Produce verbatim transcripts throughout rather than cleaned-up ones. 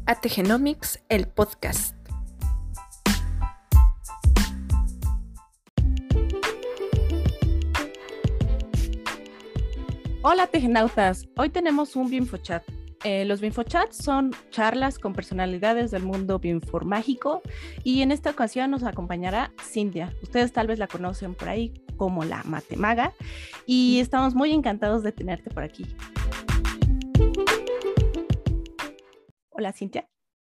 Ategenomics, el podcast. Hola tejenautas, hoy tenemos un Bioinfochat. Eh, los Bioinfochats son charlas con personalidades del mundo bioinformático y en esta ocasión nos acompañará Cintia. Ustedes tal vez la conocen por ahí como la Matemaga y estamos muy encantados de tenerte por aquí. Hola Cintia.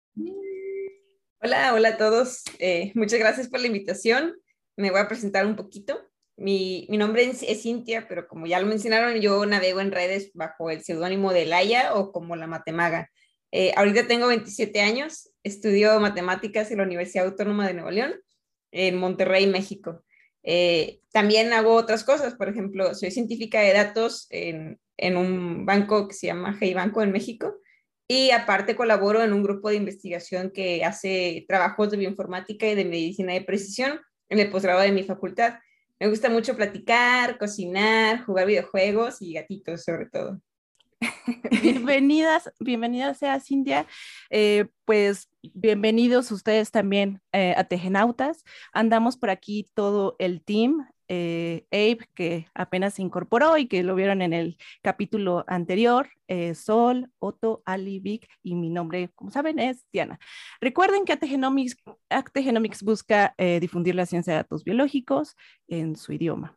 Hola, hola a todos. Eh, muchas gracias por la invitación. Me voy a presentar un poquito. Mi, mi nombre es, es Cintia, pero como ya lo mencionaron, yo navego en redes bajo el seudónimo de Laia o como la Matemaga. Eh, ahorita tengo veintisiete años, estudio matemáticas en la Universidad Autónoma de Nuevo León, en Monterrey, México. Eh, también hago otras cosas, por ejemplo, soy científica de datos en, en un banco que se llama GEIBanco en México. Y aparte colaboro en un grupo de investigación que hace trabajos de bioinformática y de medicina de precisión en el posgrado de mi facultad. Me gusta mucho platicar, cocinar, jugar videojuegos y gatitos sobre todo. Bienvenidas, bienvenidas sea Cintia. Eh, pues bienvenidos ustedes también eh, a Tejenautas. Andamos por aquí todo el team. Eh, Abe, que apenas se incorporó y que lo vieron en el capítulo anterior, eh, Sol, Otto, Ali, Vic y mi nombre, como saben, es Diana. Recuerden que Ategenomics, Ategenomics busca eh, difundir la ciencia de datos biológicos en su idioma.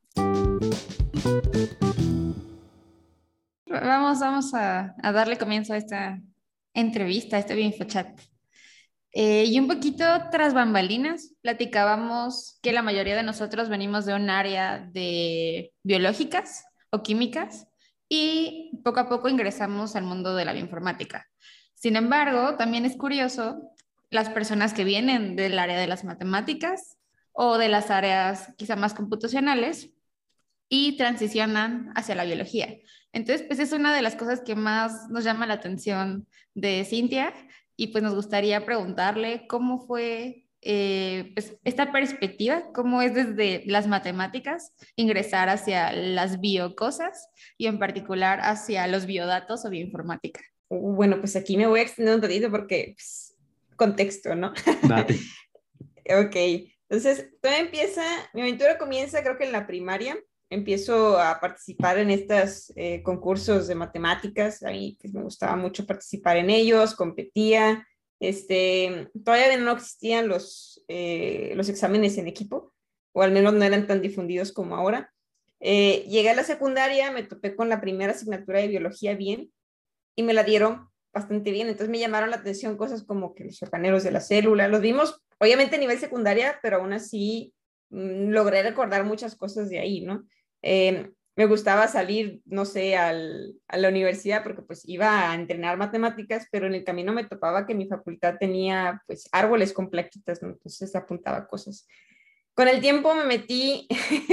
Vamos, vamos a, a darle comienzo a esta entrevista, a este Bioinfochat. Eh, y un poquito tras bambalinas, platicábamos que la mayoría de nosotros venimos de un área de biológicas o químicas y poco a poco ingresamos al mundo de la bioinformática. Sin embargo, también es curioso las personas que vienen del área de las matemáticas o de las áreas quizá más computacionales y transicionan hacia la biología. Entonces, pues es una de las cosas que más nos llama la atención de Cintia y pues nos gustaría preguntarle cómo fue eh, pues, esta perspectiva, cómo es desde las matemáticas ingresar hacia las biocosas y en particular hacia los biodatos o bioinformática. Uh, bueno, pues aquí me voy a extender un ratito porque, pues, contexto, ¿no? Date. Ok, entonces todo empieza, mi aventura comienza creo que en la primaria. Empiezo a participar en estos eh, concursos de matemáticas, a mí pues, me gustaba mucho participar en ellos, competía, este, todavía no existían los, eh, los exámenes en equipo, o al menos no eran tan difundidos como ahora. Eh, llegué a la secundaria, me topé con la primera asignatura de biología bien, y me la dieron bastante bien, entonces me llamaron la atención cosas como que los organelos de la célula, los vimos obviamente a nivel secundaria, pero aún así logré recordar muchas cosas de ahí, ¿no? Eh, me gustaba salir, no sé, al, a la universidad porque pues iba a entrenar matemáticas, pero en el camino me topaba que mi facultad tenía pues árboles con plaquitas, ¿no? Entonces apuntaba cosas. Con el tiempo me metí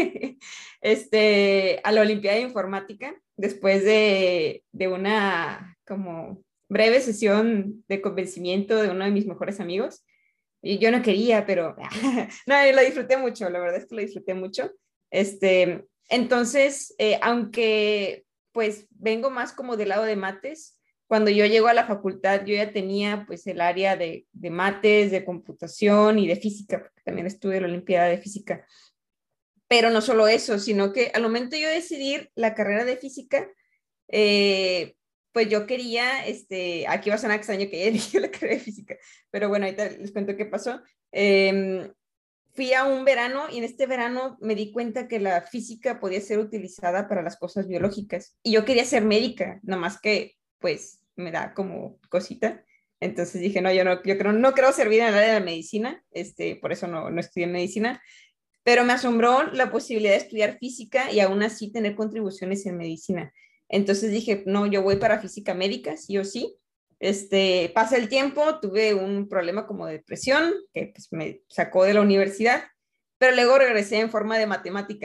este, a la Olimpiada de Informática después de, de una como breve sesión de convencimiento de uno de mis mejores amigos. Y yo no quería, pero no, yo lo disfruté mucho, la verdad es que lo disfruté mucho. Este, entonces, eh, aunque pues vengo más como del lado de mates, cuando yo llego a la facultad yo ya tenía pues el área de, de mates, de computación y de física, porque también estuve en la Olimpiada de Física. Pero no solo eso, sino que al momento yo decidir la carrera de física, eh, pues yo quería, este, aquí va a sonar extraño que ella eligió la carrera de física, pero bueno, ahorita les cuento qué pasó. Eh, fui a un verano y en este verano me di cuenta que la física podía ser utilizada para las cosas biológicas y yo quería ser médica, nomás que pues me da como cosita. Entonces dije, no, yo no, yo creo, no quiero servir en el área de la medicina, este, por eso no, no estudié medicina, pero me asombró la posibilidad de estudiar física y aún así tener contribuciones en medicina. Entonces dije, no, yo voy para física médica, sí o sí. Este, pasa el tiempo, tuve un problema como de depresión, que pues, me sacó de la universidad, pero luego regresé en forma de matemática.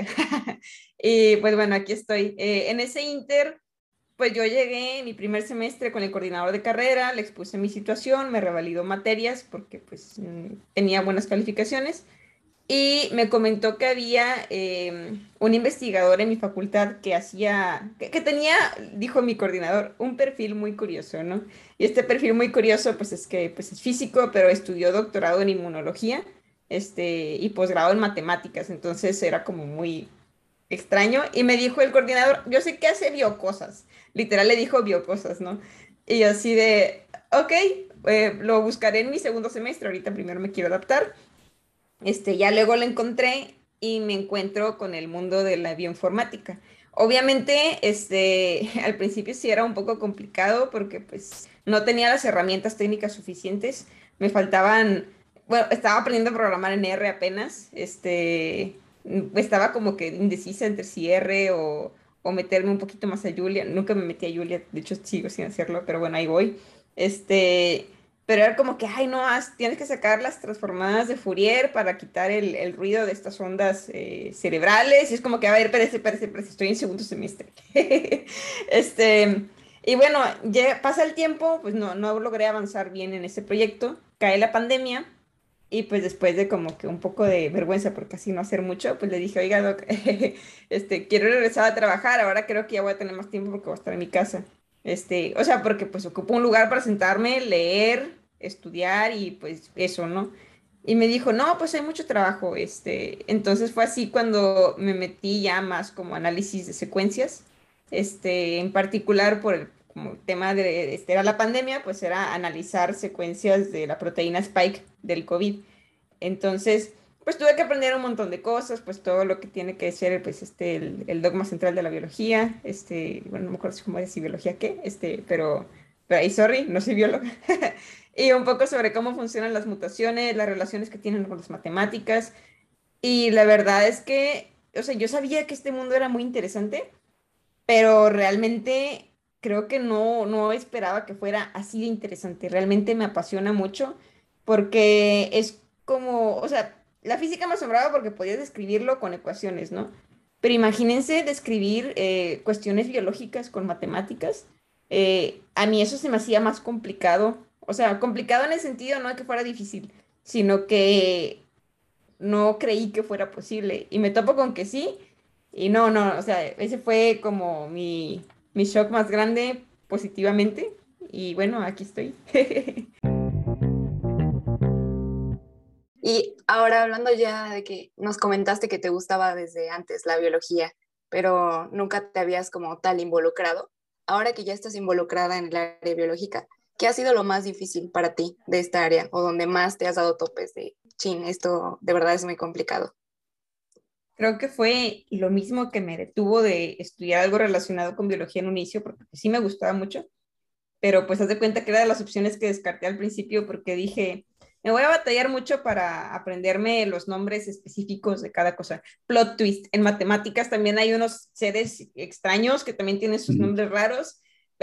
Y pues bueno, aquí estoy. Eh, en ese inter, pues yo llegué mi primer semestre con el coordinador de carrera, le expuse mi situación, me revalidó materias porque pues tenía buenas calificaciones. y me comentó que había eh, un investigador en mi facultad que hacía, que, que tenía, dijo mi coordinador, un perfil muy curioso, ¿no? Y este perfil muy curioso, pues es que pues, es físico, pero estudió doctorado en inmunología, este, y posgrado en matemáticas, entonces era como muy extraño. Y me dijo el coordinador, yo sé que hace biocosas, literal le dijo biocosas, ¿no? Y yo así de, ok, eh, lo buscaré en mi segundo semestre, ahorita primero me quiero adaptar. Este, ya luego lo encontré y me encuentro con el mundo de la bioinformática. Obviamente, este, al principio sí era un poco complicado porque pues no tenía las herramientas técnicas suficientes. Me faltaban, bueno, estaba aprendiendo a programar en R apenas. Este, mm, estaba como que indecisa entre si R o, o meterme un poquito más a Julia. Nunca me metí a Julia, de hecho sigo sin hacerlo, pero bueno, ahí voy. Este, pero era como que, ay, no, haz- tienes que sacar las transformadas de Fourier para quitar el, el ruido de estas ondas eh, cerebrales. Y es como que, a ver, espérese, espérese, espérese, estoy en segundo semestre. Este, y bueno, ya pasa el tiempo, pues no, no logré avanzar bien en ese proyecto. Cae la pandemia y pues después de como que un poco de vergüenza por casi no hacer mucho, pues le dije, oiga, doc, este, quiero regresar a trabajar, ahora creo que ya voy a tener más tiempo porque voy a estar en mi casa. Este, o sea, porque pues ocupo un lugar para sentarme, leer, estudiar y pues eso, ¿no? Y me dijo, no, pues hay mucho trabajo, este, entonces fue así cuando me metí ya más como análisis de secuencias, este, en particular por el como tema de, este, era la pandemia, pues era analizar secuencias de la proteína Spike del COVID. Entonces, pues tuve que aprender un montón de cosas, pues todo lo que tiene que ser, pues este, el, el dogma central de la biología, este, bueno, no me acuerdo si cómo decir biología qué, este, pero, pero ahí, sorry, no soy bióloga. Y un poco sobre cómo funcionan las mutaciones, las relaciones que tienen con las matemáticas. Y la verdad es que, o sea, yo sabía que este mundo era muy interesante, pero realmente creo que no, no esperaba que fuera así de interesante. Realmente me apasiona mucho porque es como, o sea, la física me asombraba porque podías describirlo con ecuaciones, ¿no? Pero imagínense describir eh, cuestiones biológicas con matemáticas. Eh, a mí eso se me hacía más complicado. O sea, complicado en el sentido no de que fuera difícil, sino que no creí que fuera posible. Y me topo con que sí. Y no, no, o sea, ese fue como mi, mi shock más grande positivamente. Y bueno, aquí estoy. Y ahora hablando ya de que nos comentaste que te gustaba desde antes la biología, pero nunca te habías como tal involucrado. Ahora que ya estás involucrada en el área biológica, ¿qué ha sido lo más difícil para ti de esta área o donde más te has dado topes de, chin, esto de verdad es muy complicado? Creo que fue lo mismo que me detuvo de estudiar algo relacionado con biología en un inicio, porque sí me gustaba mucho, pero pues haz de cuenta que era de las opciones que descarté al principio porque dije, me voy a batallar mucho para aprenderme los nombres específicos de cada cosa. Plot twist, en matemáticas también hay unos seres extraños que también tienen sus Ujú. nombres raros,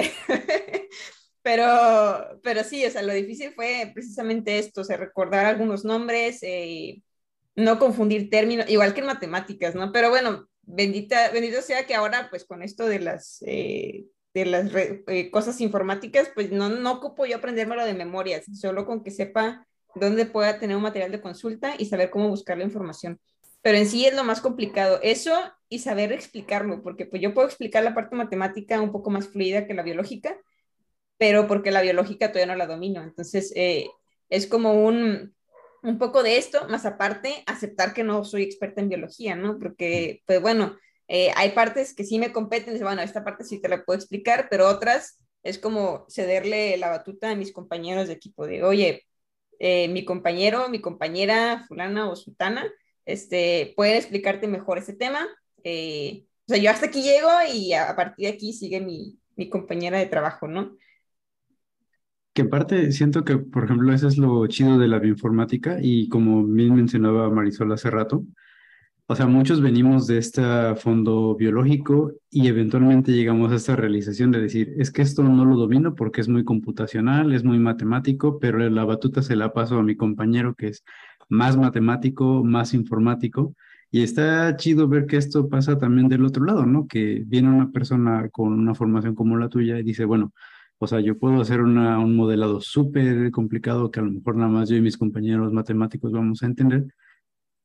pero, pero sí, o sea, lo difícil fue precisamente esto, o sea, recordar algunos nombres, eh, no confundir términos, igual que en matemáticas, ¿no? Pero bueno, bendita, bendito sea que ahora, pues con esto de las, eh, de las re- eh, cosas informáticas, pues no, no ocupo yo aprendérmelo de memoria, solo con que sepa dónde pueda tener un material de consulta y saber cómo buscar la información. Pero en sí es lo más complicado, eso y saber explicarlo, porque pues yo puedo explicar la parte matemática un poco más fluida que la biológica, pero porque la biológica todavía no la domino. Entonces, eh, es como un, un poco de esto, más aparte, aceptar que no soy experta en biología, ¿no? Porque, pues bueno, eh, hay partes que sí me competen, bueno, esta parte sí te la puedo explicar, pero otras es como cederle la batuta a mis compañeros de equipo, de, oye, eh, mi compañero, mi compañera fulana o sultana, este, pueden explicarte mejor ese tema. Eh, o sea, yo hasta aquí llego y a, a partir de aquí sigue mi, mi compañera de trabajo, ¿no? Que en parte siento que, por ejemplo, eso es lo chido de la bioinformática y como bien mencionaba Marisol hace rato, o sea, muchos venimos de este fondo biológico y eventualmente llegamos a esta realización de decir, es que esto no lo domino porque es muy computacional, es muy matemático, pero la batuta se la paso a mi compañero que es más matemático, más informático. Y está chido ver que esto pasa también del otro lado, ¿no? Que viene una persona con una formación como la tuya y dice, bueno, o sea, yo puedo hacer una, un modelado súper complicado que a lo mejor nada más yo y mis compañeros matemáticos vamos a entender,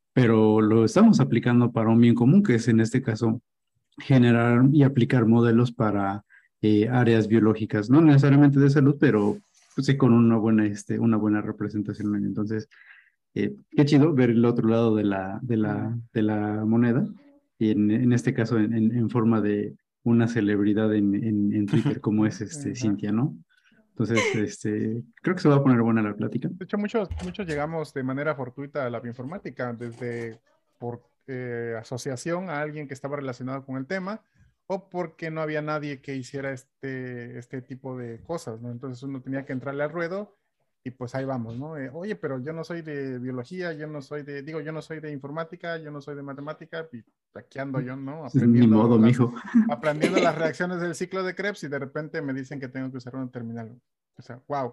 pero lo estamos aplicando para un bien común, que es en este caso generar y aplicar modelos para eh, áreas biológicas, no necesariamente de salud, pero pues, sí con una buena, este, una buena representación. Entonces, eh, qué chido ver el otro lado de la, de la, de la moneda, y en, en este caso en, en, en forma de una celebridad en, en, en Twitter como es este, Cintia, ¿no? Entonces, este, creo que se va a poner buena la plática. De hecho, muchos, muchos llegamos de manera fortuita a la bioinformática, desde por eh, asociación a alguien que estaba relacionado con el tema, o porque no había nadie que hiciera este, este tipo de cosas, ¿no? Entonces uno tenía que entrarle al ruedo y pues ahí vamos, ¿no? Eh, Oye, pero yo no soy de biología, yo no soy de, digo, yo no soy de informática, yo no soy de matemática, y aquí ando yo, ¿no? Aprendiendo, Ni modo, las, mijo. aprendiendo las reacciones del ciclo de Krebs y de repente me dicen que tengo que usar una terminal. O sea, wow.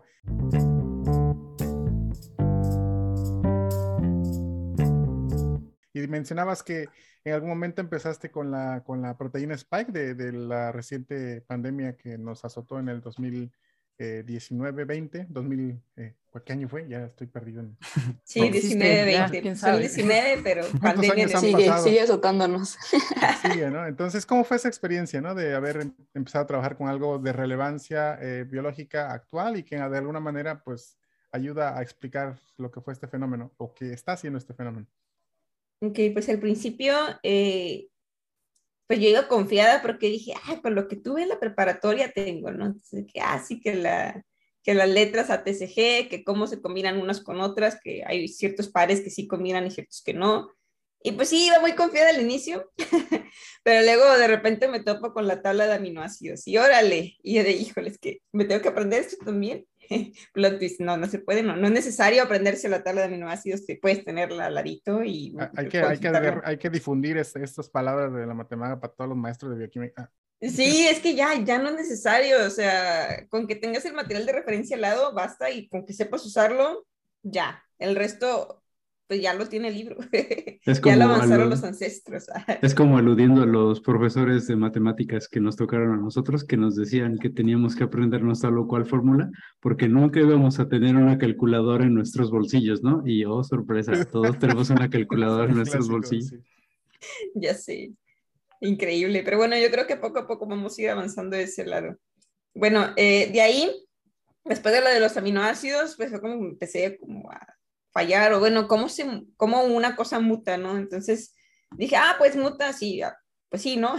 Y mencionabas que en algún momento empezaste con la, con la proteína Spike de, de la reciente pandemia que nos azotó en el dos mil diecinueve, veinte, dos mil, eh, ¿qué año fue? Ya estoy perdido. En... Sí, no, diecinueve, veinte. Son diecinueve, pero pandemia años han sigue, pasado? sigue azotándonos. Sigue, ¿no? Entonces, ¿cómo fue esa experiencia, ¿no? De haber empezado a trabajar con algo de relevancia eh, biológica actual y que de alguna manera, pues, ayuda a explicar lo que fue este fenómeno o que está haciendo este fenómeno. Ok, pues al principio, eh, pues yo iba confiada porque dije, ah, con lo que tuve en la preparatoria tengo, ¿no? Entonces, que, ah, sí, que, la, que las letras A T C G, que cómo se combinan unas con otras, que hay ciertos pares que sí combinan y ciertos que no. Y pues sí, iba muy confiada al inicio, pero luego de repente me topo con la tabla de aminoácidos y órale, y yo de, híjoles, que me tengo que aprender esto también. Plot twist, no, no se puede, no, no es necesario aprenderse la tabla de aminoácidos, te puedes tenerla al ladito y... Hay que, hay que, hay que difundir este, estas palabras de la matemática para todos los maestros de bioquímica. Sí, es que ya, ya no es necesario, o sea, con que tengas el material de referencia al lado, basta, y con que sepas usarlo, ya, el resto... pues ya lo tiene el libro. Es ya lo como avanzaron alu- los ancestros. Es como aludiendo a los profesores de matemáticas que nos tocaron a nosotros, que nos decían que teníamos que aprendernos tal o cual fórmula, porque nunca íbamos a tener una calculadora en nuestros bolsillos, ¿no? Y oh, sorpresa, todos tenemos una calculadora en nuestros Clásico, bolsillos. Sí. Ya sé, increíble. Pero bueno, yo creo que poco a poco vamos a ir avanzando de ese lado. Bueno, eh, de ahí, después de lo de los aminoácidos, pues fue como empecé como a fallar, o bueno, cómo, se, cómo una cosa muta, ¿no? Entonces dije, ah, pues muta, sí, pues sí, ¿no?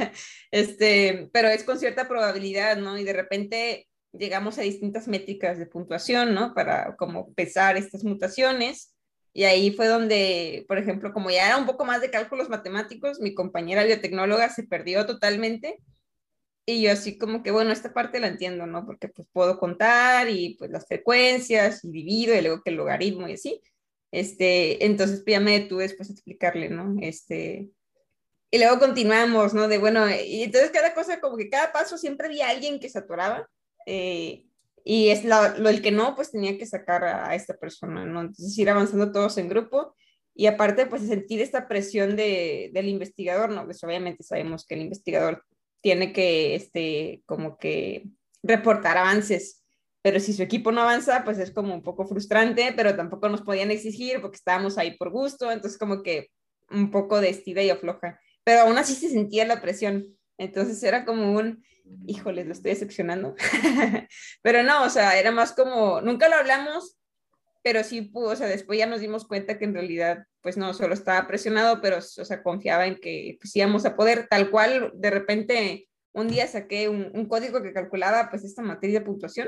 este, pero es con cierta probabilidad, ¿no? Y de repente llegamos a distintas métricas de puntuación, ¿no? Para como pesar estas mutaciones. Y ahí fue donde, por ejemplo, como ya era un poco más de cálculos matemáticos, mi compañera biotecnóloga se perdió totalmente. Y yo así como que, bueno, esta parte la entiendo, ¿no? Porque pues puedo contar y pues las frecuencias y divido y luego que el logaritmo y así. Este, entonces pues, ya me detuve después a explicarle, ¿no? Este, y luego continuamos, ¿no? De bueno, y entonces cada cosa, como que cada paso siempre había alguien que se atoraba. Eh, y es lo, lo el que no, pues tenía que sacar a, a esta persona, ¿no? Entonces ir avanzando todos en grupo. Y aparte, pues sentir esta presión de, del investigador, ¿no? Pues obviamente sabemos que el investigador tiene que, este, como que reportar avances, pero si su equipo no avanza, pues es como un poco frustrante, pero tampoco nos podían exigir porque estábamos ahí por gusto, entonces como que un poco de estira y afloja, pero aún así se sentía la presión, entonces era como un, híjole, lo estoy decepcionando, pero no, o sea, era más como, nunca lo hablamos, pero sí pudo, o sea, después ya nos dimos cuenta que en realidad, pues no, solo estaba presionado, pero, o sea, confiaba en que pues íbamos a poder, tal cual, de repente, un día saqué un, un código que calculaba, pues, esta materia de puntuación,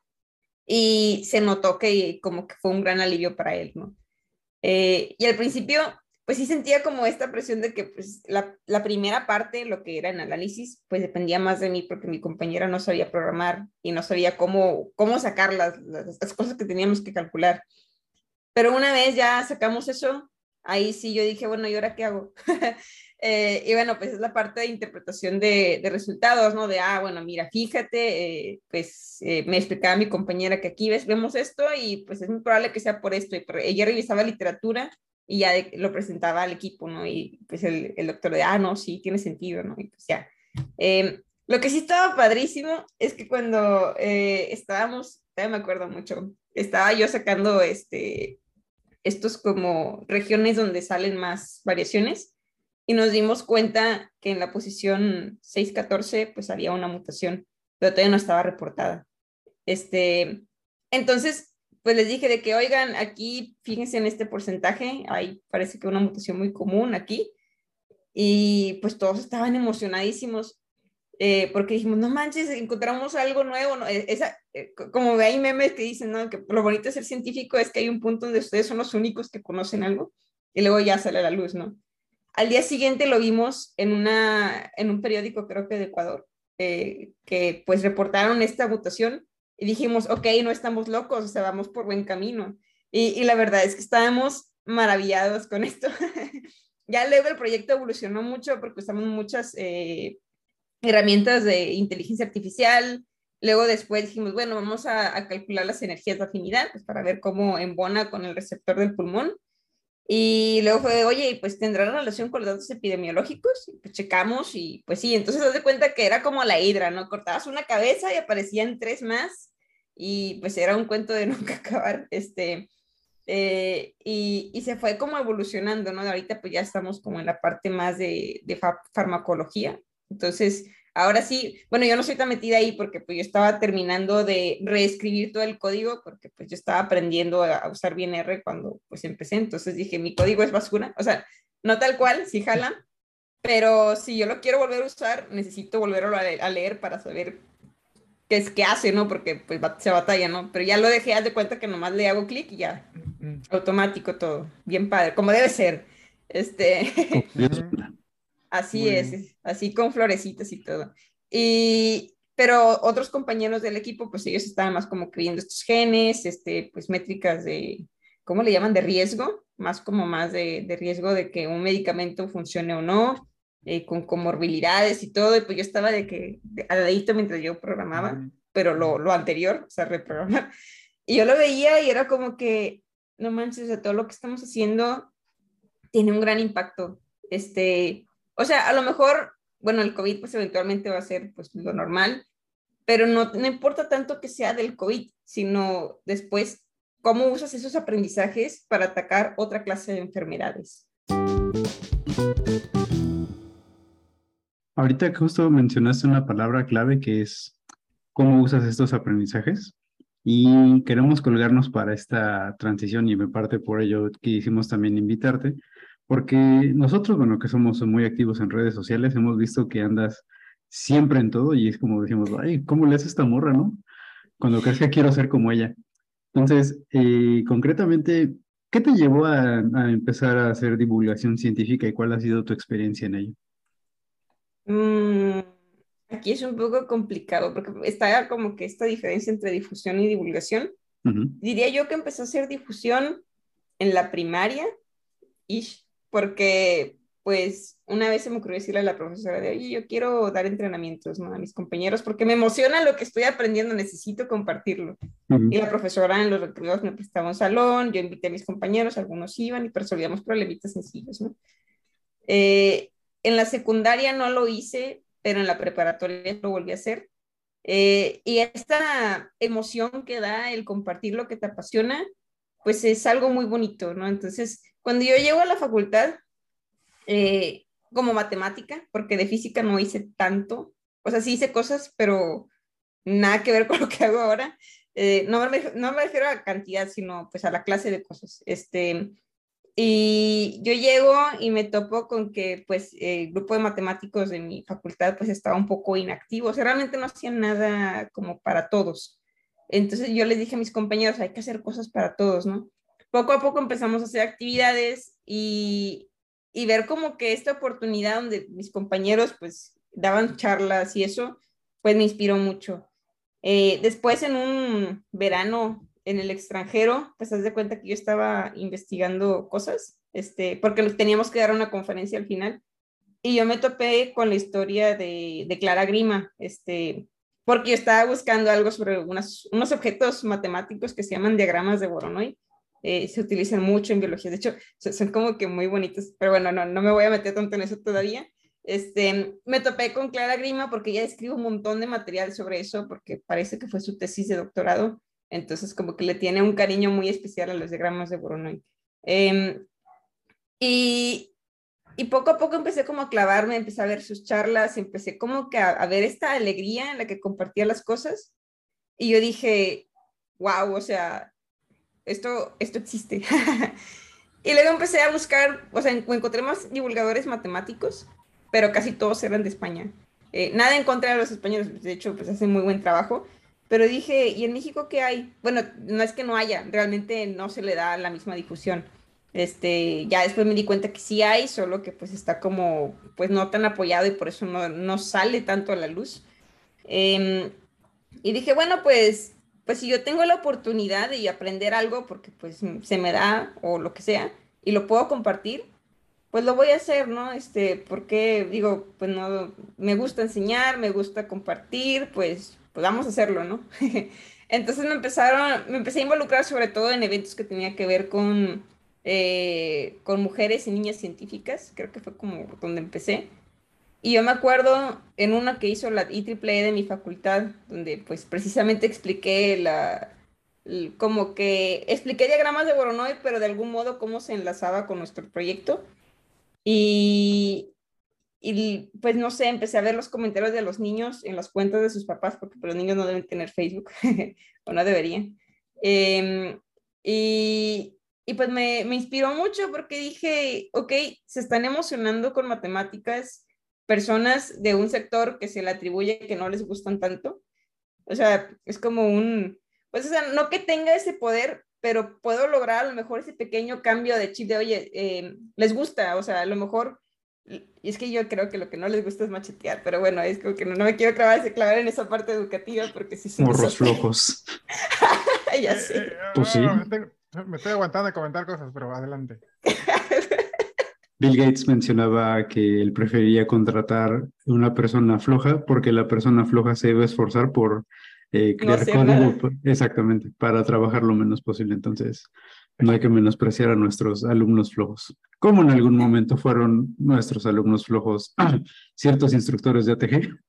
y se notó que como que fue un gran alivio para él, ¿no? Eh, y al principio, pues sí sentía como esta presión de que, pues, la, la primera parte, lo que era en análisis, pues dependía más de mí porque mi compañera no sabía programar y no sabía cómo, cómo sacar las, las, las cosas que teníamos que calcular. Pero una vez ya sacamos eso, ahí sí yo dije, bueno, ¿y ahora qué hago? eh, y bueno, pues es la parte de interpretación de, de resultados, ¿no? De, ah, bueno, mira, fíjate, eh, pues eh, me explicaba mi compañera que aquí ves, vemos esto y pues es muy probable que sea por esto. Y por, ella revisaba literatura y ya de, lo presentaba al equipo, ¿no? Y pues el, el doctor de, ah, no, sí, tiene sentido, ¿no? Y pues ya. Eh, lo que sí estaba padrísimo es que cuando eh, estábamos, todavía me acuerdo mucho, estaba yo sacando este, estos como regiones donde salen más variaciones y nos dimos cuenta que en la posición seis catorce pues había una mutación, pero todavía no estaba reportada. Este, entonces, pues les dije de que, oigan, aquí fíjense en este porcentaje, hay parece que una mutación muy común aquí, y pues todos estaban emocionadísimos, eh, porque dijimos, no manches, encontramos algo nuevo, ¿no? Esa, eh, como hay memes que dicen, ¿no? Que lo bonito de ser científico es que hay un punto donde ustedes son los únicos que conocen algo, y luego ya sale a la luz, ¿no? Al día siguiente lo vimos en, una, en un periódico, creo que de Ecuador, eh, que pues reportaron esta mutación, y dijimos, ok, no estamos locos, o sea, vamos por buen camino. Y, y la verdad es que estábamos maravillados con esto. Ya luego el proyecto evolucionó mucho porque usamos muchas eh, herramientas de inteligencia artificial. Luego después dijimos, bueno, vamos a, a calcular las energías de afinidad pues, para ver cómo embona con el receptor del pulmón. Y luego fue, oye, pues tendrá relación con los datos epidemiológicos. Y pues checamos y pues sí, entonces te das cuenta que era como la hidra, ¿no? Cortabas una cabeza y aparecían tres más y pues era un cuento de nunca acabar, este, eh, y, y se fue como evolucionando, ¿no? Ahorita pues ya estamos como en la parte más de, de fa farmacología, entonces ahora sí, bueno, yo no soy tan metida ahí porque pues yo estaba terminando de reescribir todo el código porque pues yo estaba aprendiendo a, a usar bien R cuando pues empecé, entonces dije, mi código es basura, o sea, no tal cual, sí jala, pero si yo lo quiero volver a usar, necesito volverlo a, le a leer para saber qué es qué hace, ¿no? Porque pues se batalla, ¿no? Pero ya lo dejé, haz de cuenta que nomás le hago clic y ya, automático todo, bien padre, como debe ser, este... Así Muy es, bien. así con florecitas y todo. Y, pero otros compañeros del equipo, pues ellos estaban más como creyendo estos genes, este, pues métricas de, ¿cómo le llaman? De riesgo, más como más de, de riesgo de que un medicamento funcione o no, eh, con comorbilidades y todo. Y pues yo estaba de que, de, al ladito mientras yo programaba, Ujú. pero lo, lo anterior, o sea, reprogramar. Y yo lo veía y era como que, no manches, o sea, todo lo que estamos haciendo tiene un gran impacto. Este, o sea, a lo mejor, bueno, el COVID pues eventualmente va a ser pues lo normal, pero no, no importa tanto que sea del COVID, sino después cómo usas esos aprendizajes para atacar otra clase de enfermedades. Ahorita que justo mencionaste una palabra clave que es cómo usas estos aprendizajes y queremos colgarnos para esta transición y me parte por ello quisimos también invitarte porque nosotros, bueno, que somos muy activos en redes sociales, hemos visto que andas siempre en todo y es como decimos, ay, ¿cómo le hace esta morra, no? Cuando crees que quiero ser como ella. Entonces, eh, concretamente, ¿qué te llevó a, a empezar a hacer divulgación científica y cuál ha sido tu experiencia en ello? Mm, aquí es un poco complicado porque está como que esta diferencia entre difusión y divulgación. Uh-huh. Diría yo que empecé a hacer difusión en la primaria, ish, porque pues una vez se me ocurrió decirle a la profesora de, oye, yo quiero dar entrenamientos, ¿no? A mis compañeros porque me emociona lo que estoy aprendiendo, necesito compartirlo. Uh-huh. Y la profesora en los recreos me prestaba un salón, yo invité a mis compañeros, algunos iban y resolvíamos problemitas sencillos, ¿no? Eh, en la secundaria no lo hice, pero en la preparatoria lo volví a hacer. Eh, y esta emoción que da el compartir lo que te apasiona, pues es algo muy bonito, ¿no? Entonces, cuando yo llego a la facultad, eh, como matemática, porque de física no hice tanto, o sea, sí hice cosas, pero nada que ver con lo que hago ahora. Eh, no, me, no me refiero a cantidad, sino pues a la clase de cosas. Este, y yo llego y me topo con que pues el grupo de matemáticos de mi facultad pues estaba un poco inactivo, o sea, realmente no hacían nada como para todos. Entonces yo les dije a mis compañeros, hay que hacer cosas para todos, ¿no? Poco a poco empezamos a hacer actividades y, y ver como que esta oportunidad donde mis compañeros pues daban charlas y eso, pues me inspiró mucho. Eh, después en un verano en el extranjero, pues haz de cuenta que yo estaba investigando cosas, este, porque teníamos que dar una conferencia al final, y yo me topé con la historia de, de Clara Grima, este, porque yo estaba buscando algo sobre unas, unos objetos matemáticos que se llaman diagramas de Voronoi, eh, se utilizan mucho en biología, de hecho, son, son como que muy bonitos, pero bueno, no, no me voy a meter tanto en eso todavía. Este, me topé con Clara Grima porque ella escribe un montón de material sobre eso, porque parece que fue su tesis de doctorado, entonces como que le tiene un cariño muy especial a los diagramas de Voronoi. Eh, y, y poco a poco empecé como a clavarme, empecé a ver sus charlas, empecé como que a, a ver esta alegría en la que compartía las cosas. Y yo dije, wow, o sea, esto, esto existe. Y luego empecé a buscar, o sea, encontré más divulgadores matemáticos, pero casi todos eran de España. Eh, nada en contra de los españoles, de hecho, pues hacen muy buen trabajo, pero dije, ¿y en México qué hay? Bueno, no es que no haya, realmente no se le da la misma difusión. Este, ya después me di cuenta que sí hay, solo que pues está como, pues no tan apoyado y por eso no, no sale tanto a la luz. Em, y dije, bueno, pues, pues si yo tengo la oportunidad de aprender algo, porque pues m- se me da o lo que sea, y lo puedo compartir, pues lo voy a hacer, ¿no? Este, porque digo, pues no, me gusta enseñar, me gusta compartir, pues, pues vamos a hacerlo, ¿no? Entonces me empezaron, me empecé a involucrar sobre todo en eventos que tenía que ver con, eh, con mujeres y niñas científicas, creo que fue como donde empecé. Y yo me acuerdo en una que hizo la I triple E de mi facultad, donde pues precisamente expliqué la, el- como que expliqué diagramas de Voronoi, pero de algún modo cómo se enlazaba con nuestro proyecto. Y, y pues no sé, empecé a ver los comentarios de los niños en las cuentas de sus papás, porque pues, los niños no deben tener Facebook, o no deberían. Em, y, y pues me, me inspiró mucho porque dije, ok, se están emocionando con matemáticas personas de un sector que se le atribuye que no les gustan tanto. O sea, es como un, pues, o sea, no que tenga ese poder, pero puedo lograr a lo mejor ese pequeño cambio de chip de, oye, eh, les gusta, o sea, a lo mejor, y es que yo creo que lo que no les gusta es machetear, pero bueno, es como que no, no me quiero clavar, clavar en esa parte educativa porque sí es un Morros desastre. flojos. Ya Eh, eh, sé. Pues sí. ah, tengo- me estoy aguantando de comentar cosas, pero adelante. Bill Gates mencionaba que él preferiría contratar una persona floja porque la persona floja se debe esforzar por eh, No crear hacer código, nada. pa- exactamente, para trabajar lo menos posible. Entonces, no hay que menospreciar a nuestros alumnos flojos, como en algún momento fueron nuestros alumnos flojos ciertos instructores de A T G.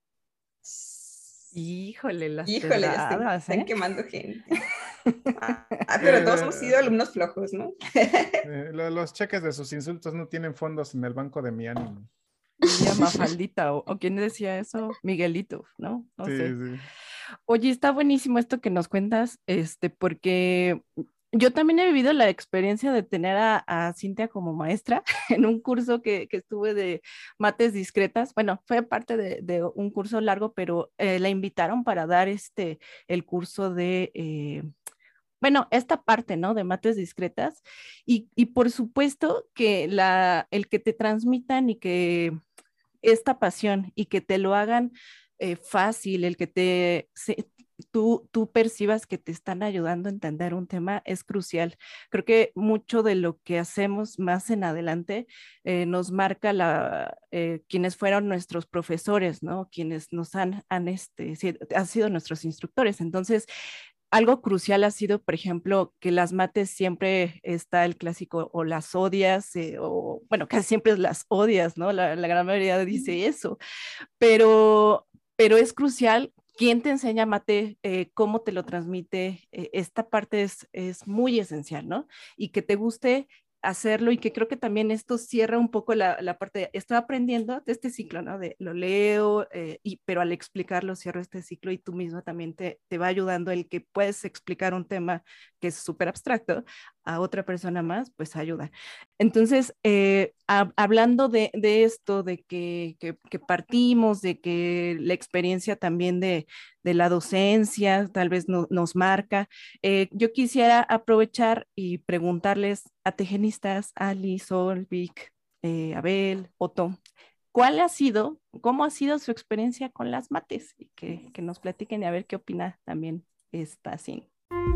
Híjole, las Híjole, ya están, pedradas, están ¿eh? quemando gente. Ah, ah, pero todos hemos sido Eh, alumnos flojos, ¿no? eh, lo- los cheques de sus insultos no tienen fondos en el banco de mi ánimo. Diría Mafaldita, o, o quién decía eso, Miguelito, ¿no? No Sí, sé. sí. Oye, está buenísimo esto que nos cuentas, este, porque yo también he vivido la experiencia de tener a, a Cintia como maestra en un curso que, que estuve de mates discretas. Bueno, fue parte de, de un curso largo, pero eh, la invitaron para dar este, el curso de, eh, bueno, esta parte, ¿no? De mates discretas. Y, y por supuesto que la, el que te transmitan y que esta pasión y que te lo hagan eh, fácil, el que te, se, tú, tú percibas que te están ayudando a entender un tema es crucial. Creo que mucho de lo que hacemos más en adelante eh, nos marca la, eh, quienes fueron nuestros profesores, ¿no? Quienes nos han, han, este, han sido nuestros instructores. Entonces, algo crucial ha sido, por ejemplo, que las mates siempre está el clásico o las odias, eh, o bueno, casi siempre las odias, ¿no? La, la gran mayoría dice eso, pero, pero es crucial quién te enseña mate, eh, cómo te lo transmite, eh, esta parte es, es muy esencial, ¿no? Y que te guste hacerlo y que creo que también esto cierra un poco la, la parte de, estoy aprendiendo de este ciclo, ¿no? De lo leo, eh, y, pero al explicarlo cierro este ciclo y tú mismo también te, te va ayudando el que puedes explicar un tema que es súper abstracto a otra persona más, pues ayuda. Entonces, eh, a, hablando de, de, esto, de que, que, que, partimos, de que la experiencia también de, de la docencia tal vez no, nos marca, eh, yo quisiera aprovechar y preguntarles a tejenistas, Ali, Sol, Vic, eh, Abel, Otto, ¿cuál ha sido, cómo ha sido su experiencia con las mates? Y que, que nos platiquen y a ver qué opina también esta Sin.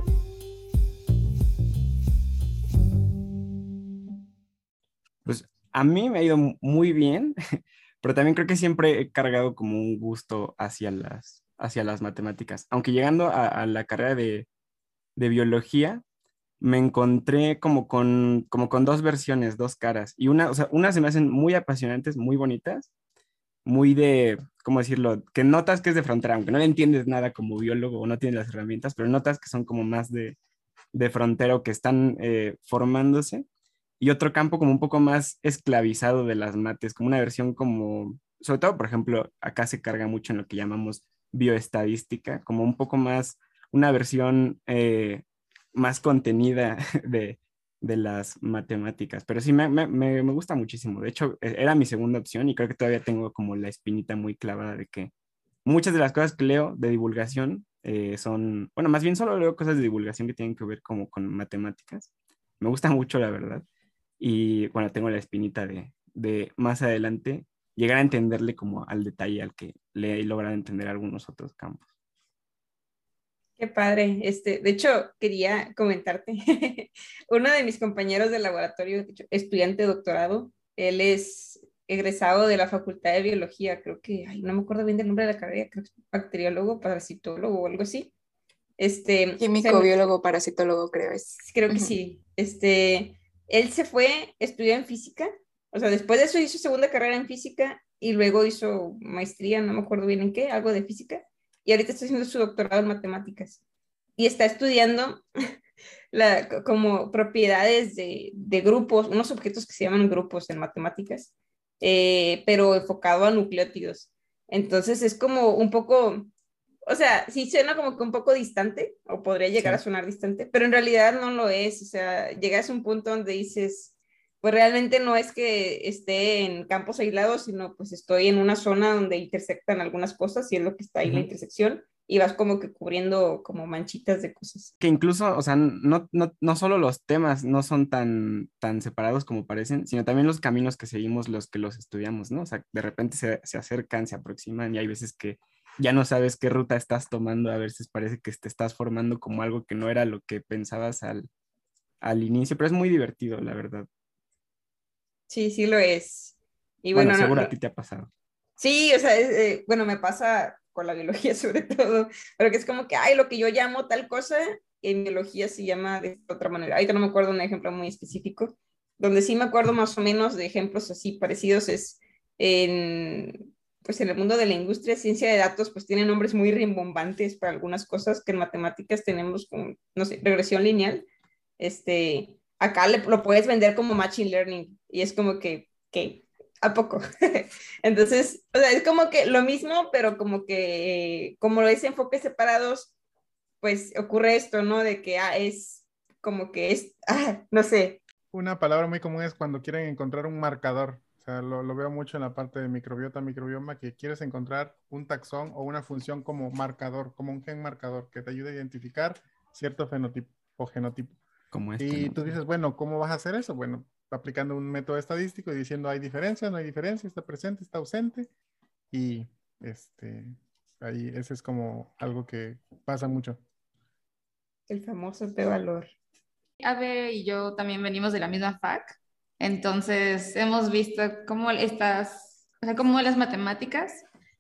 Pues a mí me ha ido muy bien, pero también creo que siempre he cargado como un gusto hacia las, hacia las matemáticas. Aunque llegando a, a la carrera de, de biología, me encontré como con, como con dos versiones, dos caras. Y una, o sea, una se me hacen muy apasionantes, muy bonitas, muy de, ¿cómo decirlo? Que notas que es de frontera, aunque no le entiendes nada como biólogo o no tienes las herramientas, pero notas que son como más de, de frontera o que están eh, formándose. y otro campo como un poco más esclavizado de las mates, como una versión como, sobre todo, por ejemplo, acá se carga mucho en lo que llamamos bioestadística, como un poco más, una versión eh, más contenida de, de las matemáticas, pero sí me, me, me me gusta muchísimo. De hecho, e- era mi segunda opción y creo que todavía tengo como la espinita muy clavada de que muchas de las cosas que leo de divulgación eh, son, bueno, más bien solo leo cosas de divulgación que tienen que ver como con matemáticas. Me gusta mucho, la verdad. Y bueno, tengo la espinita de, de más adelante llegar a entenderle como al detalle al que le he logrado entender algunos otros campos. Qué padre. Este, de hecho, quería comentarte. Uno de mis compañeros de laboratorio, de hecho, estudiante de doctorado, él es egresado de la Facultad de Biología, creo que, ay, no me acuerdo bien del nombre de la carrera, creo que es bacteriólogo, parasitólogo o algo así. Este, se Químico, me- biólogo, parasitólogo, creo es. creo que Ujú. sí. Este, él se fue, estudió en física, o sea, después de eso hizo segunda carrera en física y luego hizo maestría, no me acuerdo bien en qué, algo de física, y ahorita está haciendo su doctorado en matemáticas y está estudiando la, como propiedades de, de grupos, unos objetos que se llaman grupos en matemáticas, eh, pero enfocado a nucleótidos. Entonces es como un poco, o sea, sí suena como que un poco distante, o podría llegar a Sí. sonar distante, pero en realidad no lo es. O sea, llegas a un punto donde dices, pues realmente no es que esté en campos aislados, sino pues estoy en una zona donde intersectan algunas cosas y es lo que está ahí la Ujú. intersección y vas como que cubriendo como manchitas de cosas. Que incluso, o sea, no, no, no solo los temas no son tan, tan separados como parecen, sino también los caminos que seguimos los que los estudiamos, ¿no? O sea, de repente se, se acercan, se aproximan y hay veces que ya no sabes qué ruta estás tomando, a veces parece que te estás formando como algo que no era lo que pensabas al, al inicio, pero es muy divertido, la verdad. Sí, sí lo es. Y Bueno, bueno, no, seguro a no- ti te ha pasado. sí, o sea, es, eh, bueno, me pasa con la biología sobre todo, pero que es como que, ay, lo que yo llamo tal cosa, en biología se llama de otra manera. Ahorita no me acuerdo un ejemplo muy específico, donde sí me acuerdo más o menos de ejemplos así parecidos es en, pues en el mundo de la industria, ciencia de datos, pues tiene nombres muy rimbombantes para algunas cosas que en matemáticas tenemos como, no sé, regresión lineal. Este, acá le, lo puedes vender como machine learning y es como que, ¿qué? ¿A poco? Entonces, o sea, es como que lo mismo, pero como que, como es enfoques separados, pues ocurre esto, ¿no? De que ah, es como que es, ah, no sé. Una palabra muy común es cuando quieren encontrar un marcador. O sea, lo, lo veo mucho en la parte de microbiota, microbioma, que quieres encontrar un taxón o una función como marcador, como un gen marcador que te ayude a identificar cierto fenotipo o genotipo. Como este, Y ¿no? tú dices, bueno, ¿cómo vas a hacer eso? Bueno, aplicando un método estadístico y diciendo hay diferencia, no hay diferencia, está presente, está ausente. Y este, ahí ese es como algo que pasa mucho. El famoso P-valor. Ave y yo también venimos de la misma fac, entonces hemos visto cómo estas, o sea, cómo las matemáticas,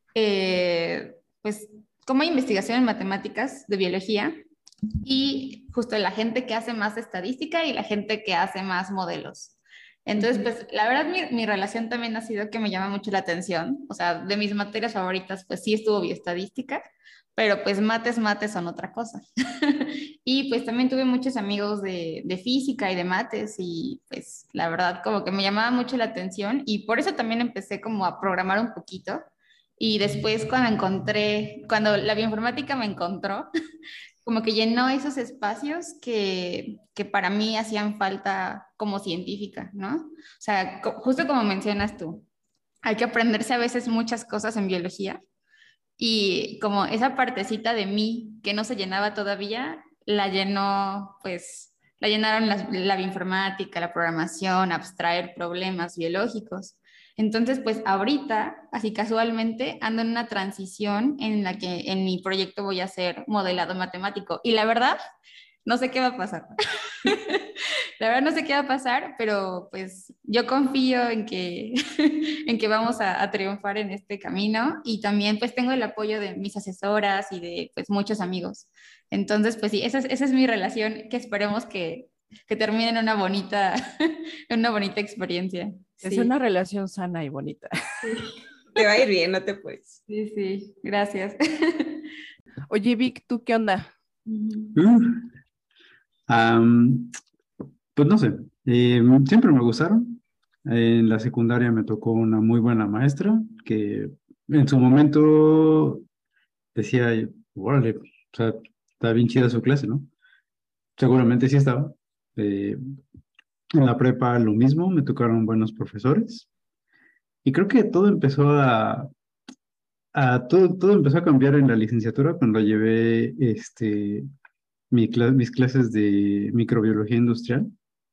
eh, pues, cómo hay investigación en matemáticas de biología y justo la gente que hace más estadística y la gente que hace más modelos. Entonces, pues la verdad mi, mi relación también ha sido que me llama mucho la atención, o sea, de mis materias favoritas, pues sí estuvo bioestadística, pero pues mates, mates son otra cosa. Y pues también tuve muchos amigos de, de física y de mates y pues la verdad como que me llamaba mucho la atención y por eso también empecé como a programar un poquito. Y después cuando encontré, cuando la bioinformática me encontró, como que llenó esos espacios que, que para mí hacían falta como científica, ¿no? O sea, co- justo como mencionas tú, hay que aprenderse a veces muchas cosas en biología y como esa partecita de mí que no se llenaba todavía, la llenó, pues, la llenaron las- la bioinformática, la programación, abstraer problemas biológicos. Entonces, pues ahorita, así casualmente, ando en una transición en la que en mi proyecto voy a hacer modelado matemático. Y la verdad, no sé qué va a pasar. La verdad no sé qué va a pasar, pero pues yo confío en que, en que vamos a, a triunfar en este camino y también pues tengo el apoyo de mis asesoras y de pues muchos amigos. Entonces pues sí, esa es, esa es mi relación que esperemos que, que termine en una bonita, en una bonita experiencia. Es Sí, una relación sana y bonita. Te va a ir bien, no te puedes. sí, sí, gracias. Oye, Vic, ¿tú qué onda? Uh, am, pues no sé, Eh, siempre me gustaron. En la secundaria me tocó una muy buena maestra que en su momento decía, órale, o sea, está bien chida su clase, ¿no? Seguramente sí estaba. Eh, en la prepa lo mismo, me tocaron buenos profesores. Y creo que todo empezó a, a todo, todo empezó a cambiar en la licenciatura cuando llevé este, mi cla- mis clases de microbiología industrial,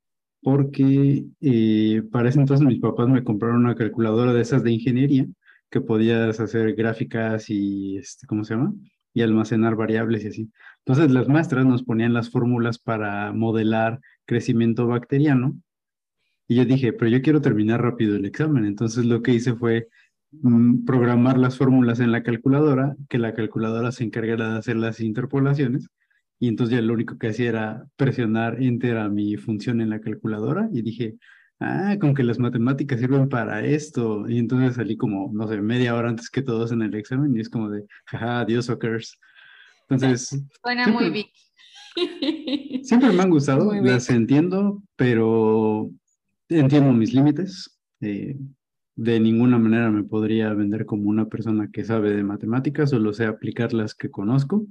porque eh, para ese entonces mis papás me compraron una calculadora de esas de ingeniería que podías hacer gráficas y, este, ¿cómo se llama? Y almacenar variables y así. Entonces las maestras nos ponían las fórmulas para modelar crecimiento bacteriano y yo dije, pero yo quiero terminar rápido el examen. Entonces lo que hice fue mm, programar las fórmulas en la calculadora, que la calculadora se encargara de hacer las interpolaciones. Y entonces ya lo único que hacía era presionar enter a mi función en la calculadora y dije, ah, con que las matemáticas sirven para esto. Y entonces salí como, no sé, media hora antes que todos en el examen y es como de, jaja, adiós, suckers. Entonces, Suena muy siempre, bien. siempre me han gustado, Muy bien. las entiendo, pero entiendo mis límites. eh, de ninguna manera me podría vender como una persona que sabe de matemáticas, solo sé aplicar las que conozco.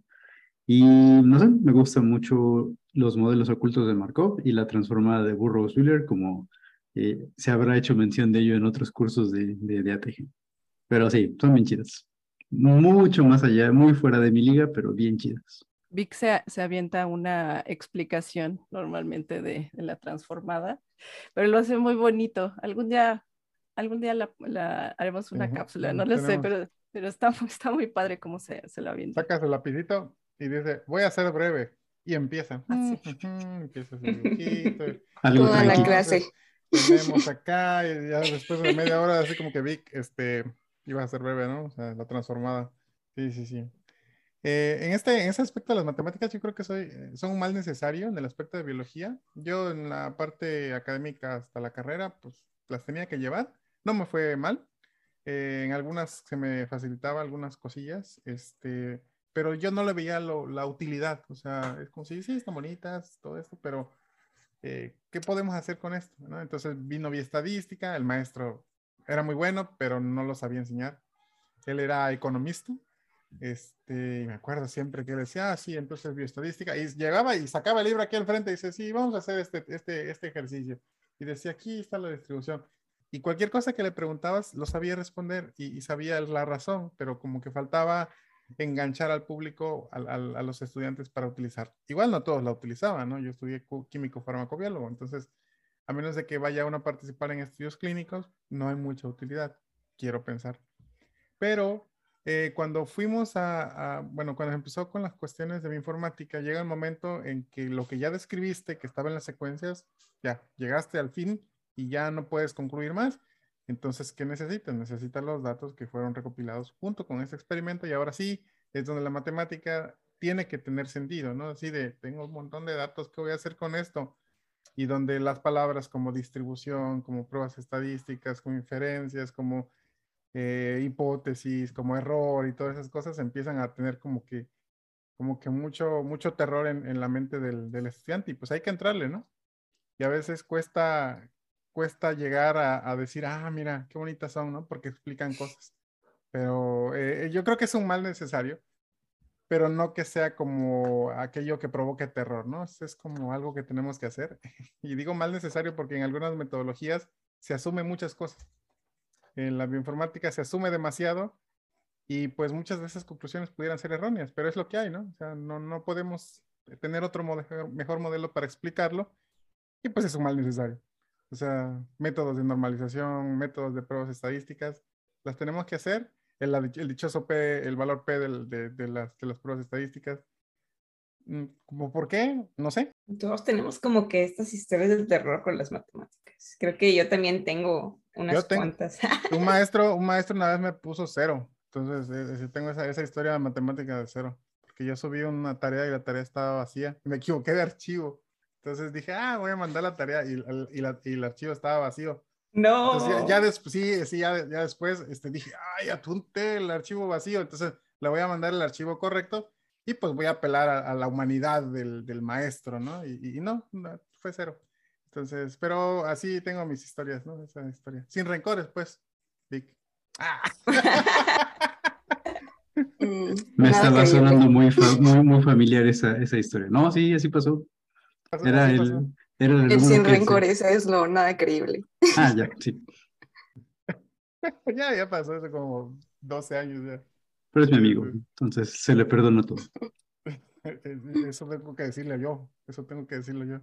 Y no sé, me gustan mucho los modelos ocultos de Markov y la transformada de Burrows-Wheeler, como eh, se habrá hecho mención de ello en otros cursos de, de, de A T G. Pero sí, son bien chidas. Mucho más allá, muy fuera de mi liga, pero bien chidas. Vic se, se avienta una explicación normalmente de, de la transformada, pero lo hace muy bonito. Algún día, algún día la, la haremos una Ujú, cápsula, mm, no lo sé, tenemos, pero, pero está, mu- está muy padre cómo se, se lo avienta. sacas el lapicito y dice, voy a ser breve. Y empieza. Mm, Así. ujú, empieza ese dibujito. y Algo Toda la tranqui. Entonces, clase. tenemos acá, y ya después de media hora, así como que Vic, este, iba a ser breve, ¿no? O sea, la transformada. Sí, sí, sí. Eh, en este, en ese aspecto de las matemáticas, yo creo que soy, eh, son un mal necesario en el aspecto de biología. Yo en la parte académica hasta la carrera, pues las tenía que llevar. No me fue mal. Eh, en algunas se me facilitaba algunas cosillas, este, pero yo no le veía lo- la utilidad. O sea, es como si sí, están bonitas, todo esto, pero eh, ¿qué podemos hacer con esto? ¿no? Entonces vino estadística, el maestro era muy bueno, pero no lo sabía enseñar. Él era economista, este, y me acuerdo siempre que él decía, ah, sí, entonces bioestadística, y llegaba y sacaba el libro aquí al frente y dice, sí, vamos a hacer este, este, este ejercicio. Y decía, aquí está la distribución. Y cualquier cosa que le preguntabas, lo sabía responder y, y sabía la razón, pero como que faltaba enganchar al público, al, al, a los estudiantes para utilizar. Igual no todos la utilizaban, ¿no? Yo estudié químico farmacobiólogo, entonces, a menos de que vaya uno a participar en estudios clínicos, no hay mucha utilidad, quiero pensar. Pero eh, cuando fuimos a, a, bueno, cuando empezó con las cuestiones de bioinformática, llega el momento en que lo que ya describiste, que estaba en las secuencias, ya llegaste al fin y ya no puedes concluir más. Entonces, ¿qué necesitas? Necesitas los datos que fueron recopilados junto con este experimento y ahora sí es donde la matemática tiene que tener sentido, ¿no? Así de, tengo un montón de datos, ¿qué voy a hacer con esto? Y donde las palabras como distribución, como pruebas estadísticas, como inferencias, como eh, hipótesis, como error y todas esas cosas empiezan a tener como que, como que mucho, mucho terror en, en la mente del, del estudiante y pues hay que entrarle, ¿no? Y a veces cuesta, cuesta llegar a, a decir, ah, mira, qué bonitas son, ¿no? Porque explican cosas. Pero eh, yo creo que es un mal necesario, pero no que sea como aquello que provoque terror, ¿no? Es, es como algo que tenemos que hacer. Y digo mal necesario porque en algunas metodologías se asumen muchas cosas. En la bioinformática se asume demasiado y pues muchas de esas conclusiones pudieran ser erróneas, pero es lo que hay, ¿no? O sea, no, no podemos tener otro mejor, mejor modelo para explicarlo y pues es un mal necesario. O sea, métodos de normalización, métodos de pruebas estadísticas, las tenemos que hacer. El, el dichoso P, el valor P del, de, de, las, de las pruebas estadísticas. ¿Cómo por qué? No sé. Todos tenemos como que estas historias del terror con las matemáticas. Creo que yo también tengo unas Yo tengo, cuantas. un maestro, un maestro una vez me puso cero. Entonces, eh, tengo esa, esa historia de matemática de cero. Porque yo subí una tarea y la tarea estaba vacía. Y me equivoqué de archivo. Entonces dije, ah, voy a mandar la tarea y, y, la, y el archivo estaba vacío. Entonces ya, ya No. después, sí, sí, ya, ya después este, dije, ay, apunté el archivo vacío. Entonces le voy a mandar el archivo correcto y pues voy a apelar a, a la humanidad del, del maestro, ¿no? Y, y no, no, fue cero. Entonces, pero así tengo mis historias, ¿no? Esa historia. Sin rencores, pues, Vic. Ah. Mm, Me nada estaba creíble. sonando muy, fa- muy, muy familiar esa, esa historia. No, sí, así pasó. Era Así el, pasó. era el El alumno sin que se... rencores es lo nada creíble. Ah, ya, sí. Ya, ya pasó hace como doce años ya. Pero es mi amigo, entonces se le perdona todo. Eso tengo que decirle yo. Eso tengo que decirlo yo.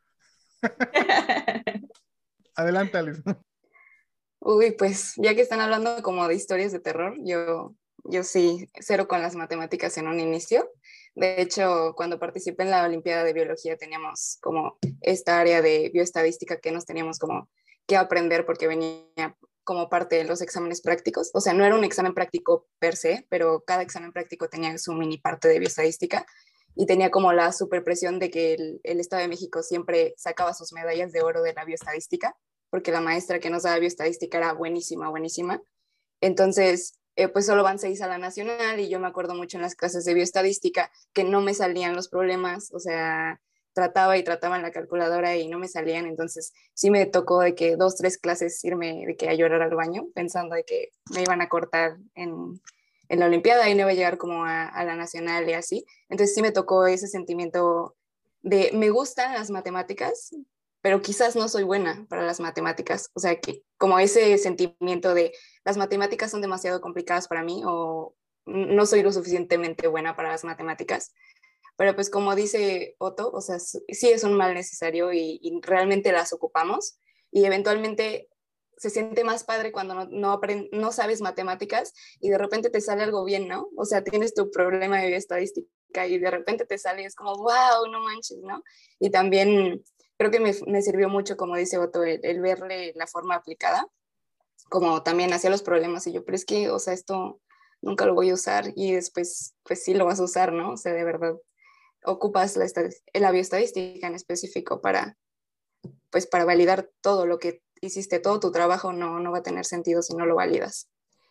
Adelante, Alice. Uy, pues ya que están hablando como de historias de terror, yo, yo sí, cero con las matemáticas en un inicio. De hecho, cuando participé en la Olimpiada de Biología teníamos como esta área de bioestadística que nos teníamos como que aprender porque venía como parte de los exámenes prácticos. O sea, no era un examen práctico per se, pero cada examen práctico tenía su mini parte de bioestadística y tenía como la superpresión de que el, el Estado de México siempre sacaba sus medallas de oro de la bioestadística, porque la maestra que nos daba bioestadística era buenísima, buenísima. Entonces, eh, pues solo van seis a la nacional y yo me acuerdo mucho en las clases de bioestadística que no me salían los problemas, o sea, trataba y trataba en la calculadora y no me salían, entonces sí me tocó de que dos, tres clases irme de que a llorar al baño, pensando de que me iban a cortar en, en la Olimpiada y no iba a llegar como a, a la nacional y así. Entonces sí me tocó ese sentimiento de me gustan las matemáticas, pero quizás no soy buena para las matemáticas. O sea, que como ese sentimiento de las matemáticas son demasiado complicadas para mí o no soy lo suficientemente buena para las matemáticas. Pero pues como dice Otto, o sea, sí es un mal necesario y, y realmente las ocupamos y eventualmente se siente más padre cuando no, no, aprend, no sabes matemáticas y de repente te sale algo bien, ¿no? O sea, tienes tu problema de estadística y de repente te sale y es como, wow, no manches, ¿no? Y también creo que me, me sirvió mucho, como dice Otto, el, el verle la forma aplicada, como también hacía los problemas y yo, pero es que, o sea, esto nunca lo voy a usar y después, pues sí lo vas a usar, ¿no? O sea, de verdad, ocupas la, la bioestadística en específico para, pues, para validar todo lo que hiciste, todo tu trabajo no, no va a tener sentido si no lo validas.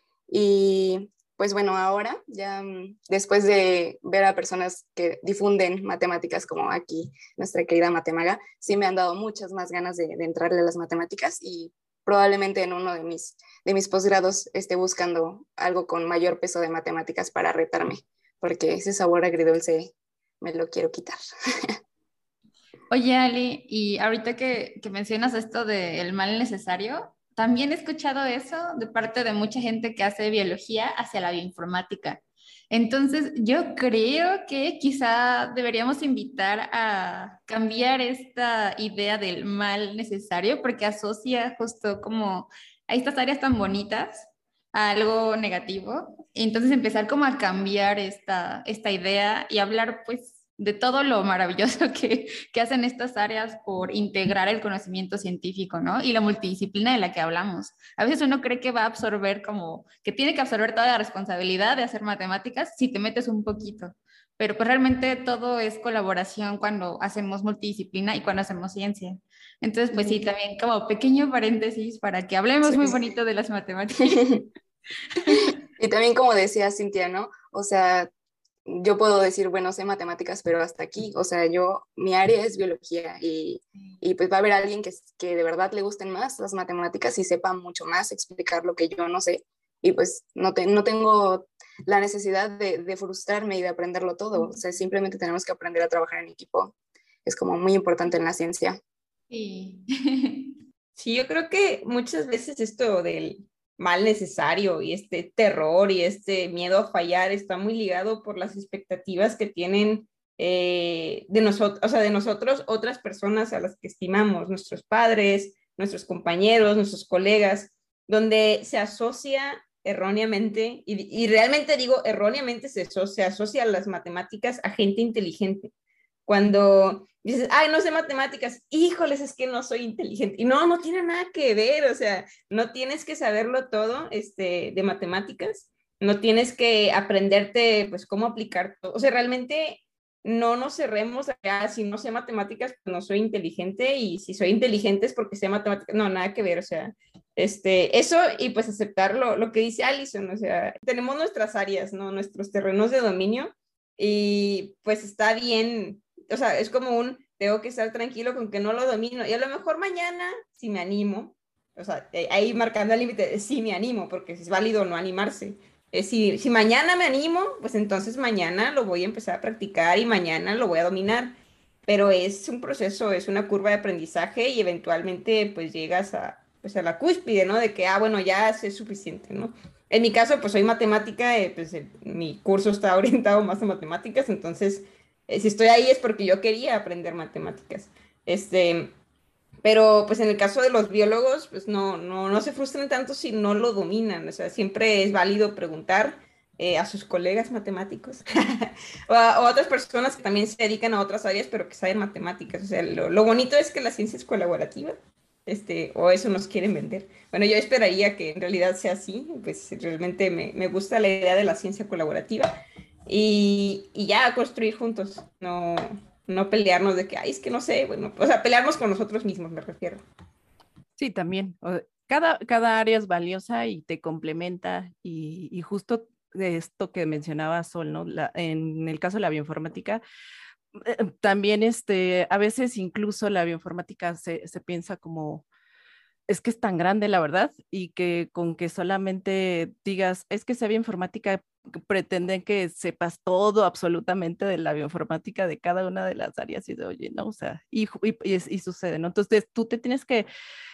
Y pues bueno, ahora ya después de ver a personas que difunden matemáticas como aquí, nuestra querida Matemaga, sí me han dado muchas más ganas de, de entrarle a las matemáticas y probablemente en uno de mis, de mis posgrados esté buscando algo con mayor peso de matemáticas para retarme, porque ese sabor agridulce me lo quiero quitar. Oye, Ali, y ahorita que, que mencionas esto del mal necesario, también he escuchado eso de parte de mucha gente que hace biología hacia la bioinformática. Entonces, yo creo que quizá deberíamos invitar a cambiar esta idea del mal necesario porque asocia justo como a estas áreas tan bonitas a algo negativo. Entonces, empezar como a cambiar esta, esta idea y hablar pues de todo lo maravilloso que, que hacen estas áreas por integrar el conocimiento científico, ¿no? Y la multidisciplina de la que hablamos. A veces uno cree que va a absorber como, que tiene que absorber toda la responsabilidad de hacer matemáticas si te metes un poquito, pero pues realmente todo es colaboración cuando hacemos multidisciplina y cuando hacemos ciencia. Entonces, pues sí, también como pequeño paréntesis para que hablemos sí. muy bonito de las matemáticas. Y también como decía Cintia, ¿no? O sea, yo puedo decir, bueno, sé matemáticas, pero hasta aquí, o sea, yo, mi área es biología y, y pues va a haber alguien que, que de verdad le gusten más las matemáticas y sepa mucho más explicar lo que yo no sé y pues no, te, no tengo la necesidad de, de frustrarme y de aprenderlo todo, o sea, simplemente tenemos que aprender a trabajar en equipo, es como muy importante en la ciencia. Sí, sí, yo creo que muchas veces esto del mal necesario y este terror y este miedo a fallar está muy ligado por las expectativas que tienen eh, de nosotros, o sea, de nosotros otras personas a las que estimamos, nuestros padres, nuestros compañeros, nuestros colegas, donde se asocia erróneamente, y, y realmente digo erróneamente se, se asocia las matemáticas a gente inteligente. Cuando dices, ay, no sé matemáticas, híjoles, es que no soy inteligente. Y no, no tiene nada que ver, o sea, no tienes que saberlo todo este, de matemáticas, no tienes que aprenderte, pues, cómo aplicar todo. O sea, realmente no nos cerremos a, ah, si no sé matemáticas, pues no soy inteligente, y si soy inteligente es porque sé matemáticas. No, nada que ver, o sea, este, eso y pues aceptar lo, lo que dice Alison, o sea, tenemos nuestras áreas, ¿no? Nuestros terrenos de dominio, y pues está bien. O sea, es como un, tengo que estar tranquilo con que no lo domino. Y a lo mejor mañana, si me animo, o sea, ahí marcando el límite, sí me animo, porque es válido no animarse. Eh, si, si mañana me animo, pues entonces mañana lo voy a empezar a practicar y mañana lo voy a dominar. Pero es un proceso, es una curva de aprendizaje y eventualmente pues llegas a, pues, a la cúspide, ¿no? De que, ah, bueno, ya es suficiente, ¿no? En mi caso, pues soy matemática, eh, pues eh, mi curso está orientado más a matemáticas, entonces eh, si estoy ahí es porque yo quería aprender matemáticas. Este, pero pues en el caso de los biólogos, pues no, no, no se frustran tanto si no lo dominan, o sea, siempre es válido preguntar eh, a sus colegas matemáticos o, a, o a otras personas que también se dedican a otras áreas, pero que saben matemáticas. O sea, lo, lo bonito es que la ciencia es colaborativa, este, o eso nos quieren vender. Bueno, yo esperaría que en realidad sea así, pues realmente me, me gusta la idea de la ciencia colaborativa y, y ya construir juntos, no, no pelearnos de que, ay, es que no sé, bueno, o sea, pelearnos con nosotros mismos, me refiero. Sí, también. O- Cada, cada área es valiosa y te complementa y, y justo de esto que mencionaba Sol, ¿no? La- en el caso de la bioinformática, eh, también este, a veces incluso la bioinformática se, se piensa como, es que es tan grande, la verdad, y que con que solamente digas, es que sea bioinformática, pretenden que sepas todo absolutamente de la bioinformática de cada una de las áreas y de, oye, ¿no? O sea, y, ju- y, y es- y sucede, ¿no? Entonces tú te tienes que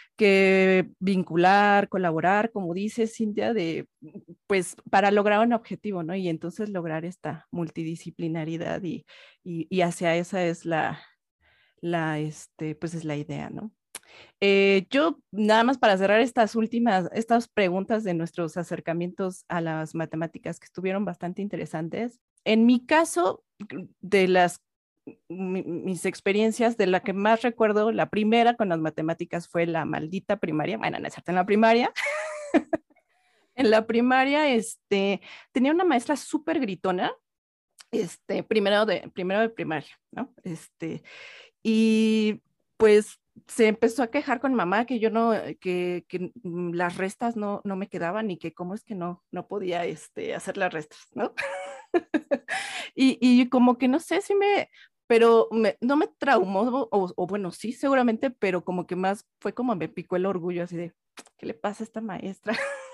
que vincular, colaborar, como dice Cintia, de, pues para lograr un objetivo, ¿no? Y entonces lograr esta multidisciplinaridad y, y, y hacia esa es la, la, este, pues es la idea, ¿no? Eh, yo, nada más para cerrar estas últimas, estas preguntas de nuestros acercamientos a las matemáticas que estuvieron bastante interesantes. En mi caso, de las mi- mis experiencias, de la que más recuerdo, la primera con las matemáticas fue la maldita primaria. Bueno, no es cierto, en la primaria. En la primaria, este, tenía una maestra súper gritona, este, primero de, primero de primaria, ¿no? Este, y pues se empezó a quejar con mamá que yo no, que, que mm, las restas no, no me quedaban y que cómo es que no, no podía este, hacer las restas, ¿no? Y, y como que no sé si me, pero me- no me traumó, o, o bueno, sí, seguramente, pero como que más fue como me picó el orgullo así de, ¿qué le pasa a esta maestra?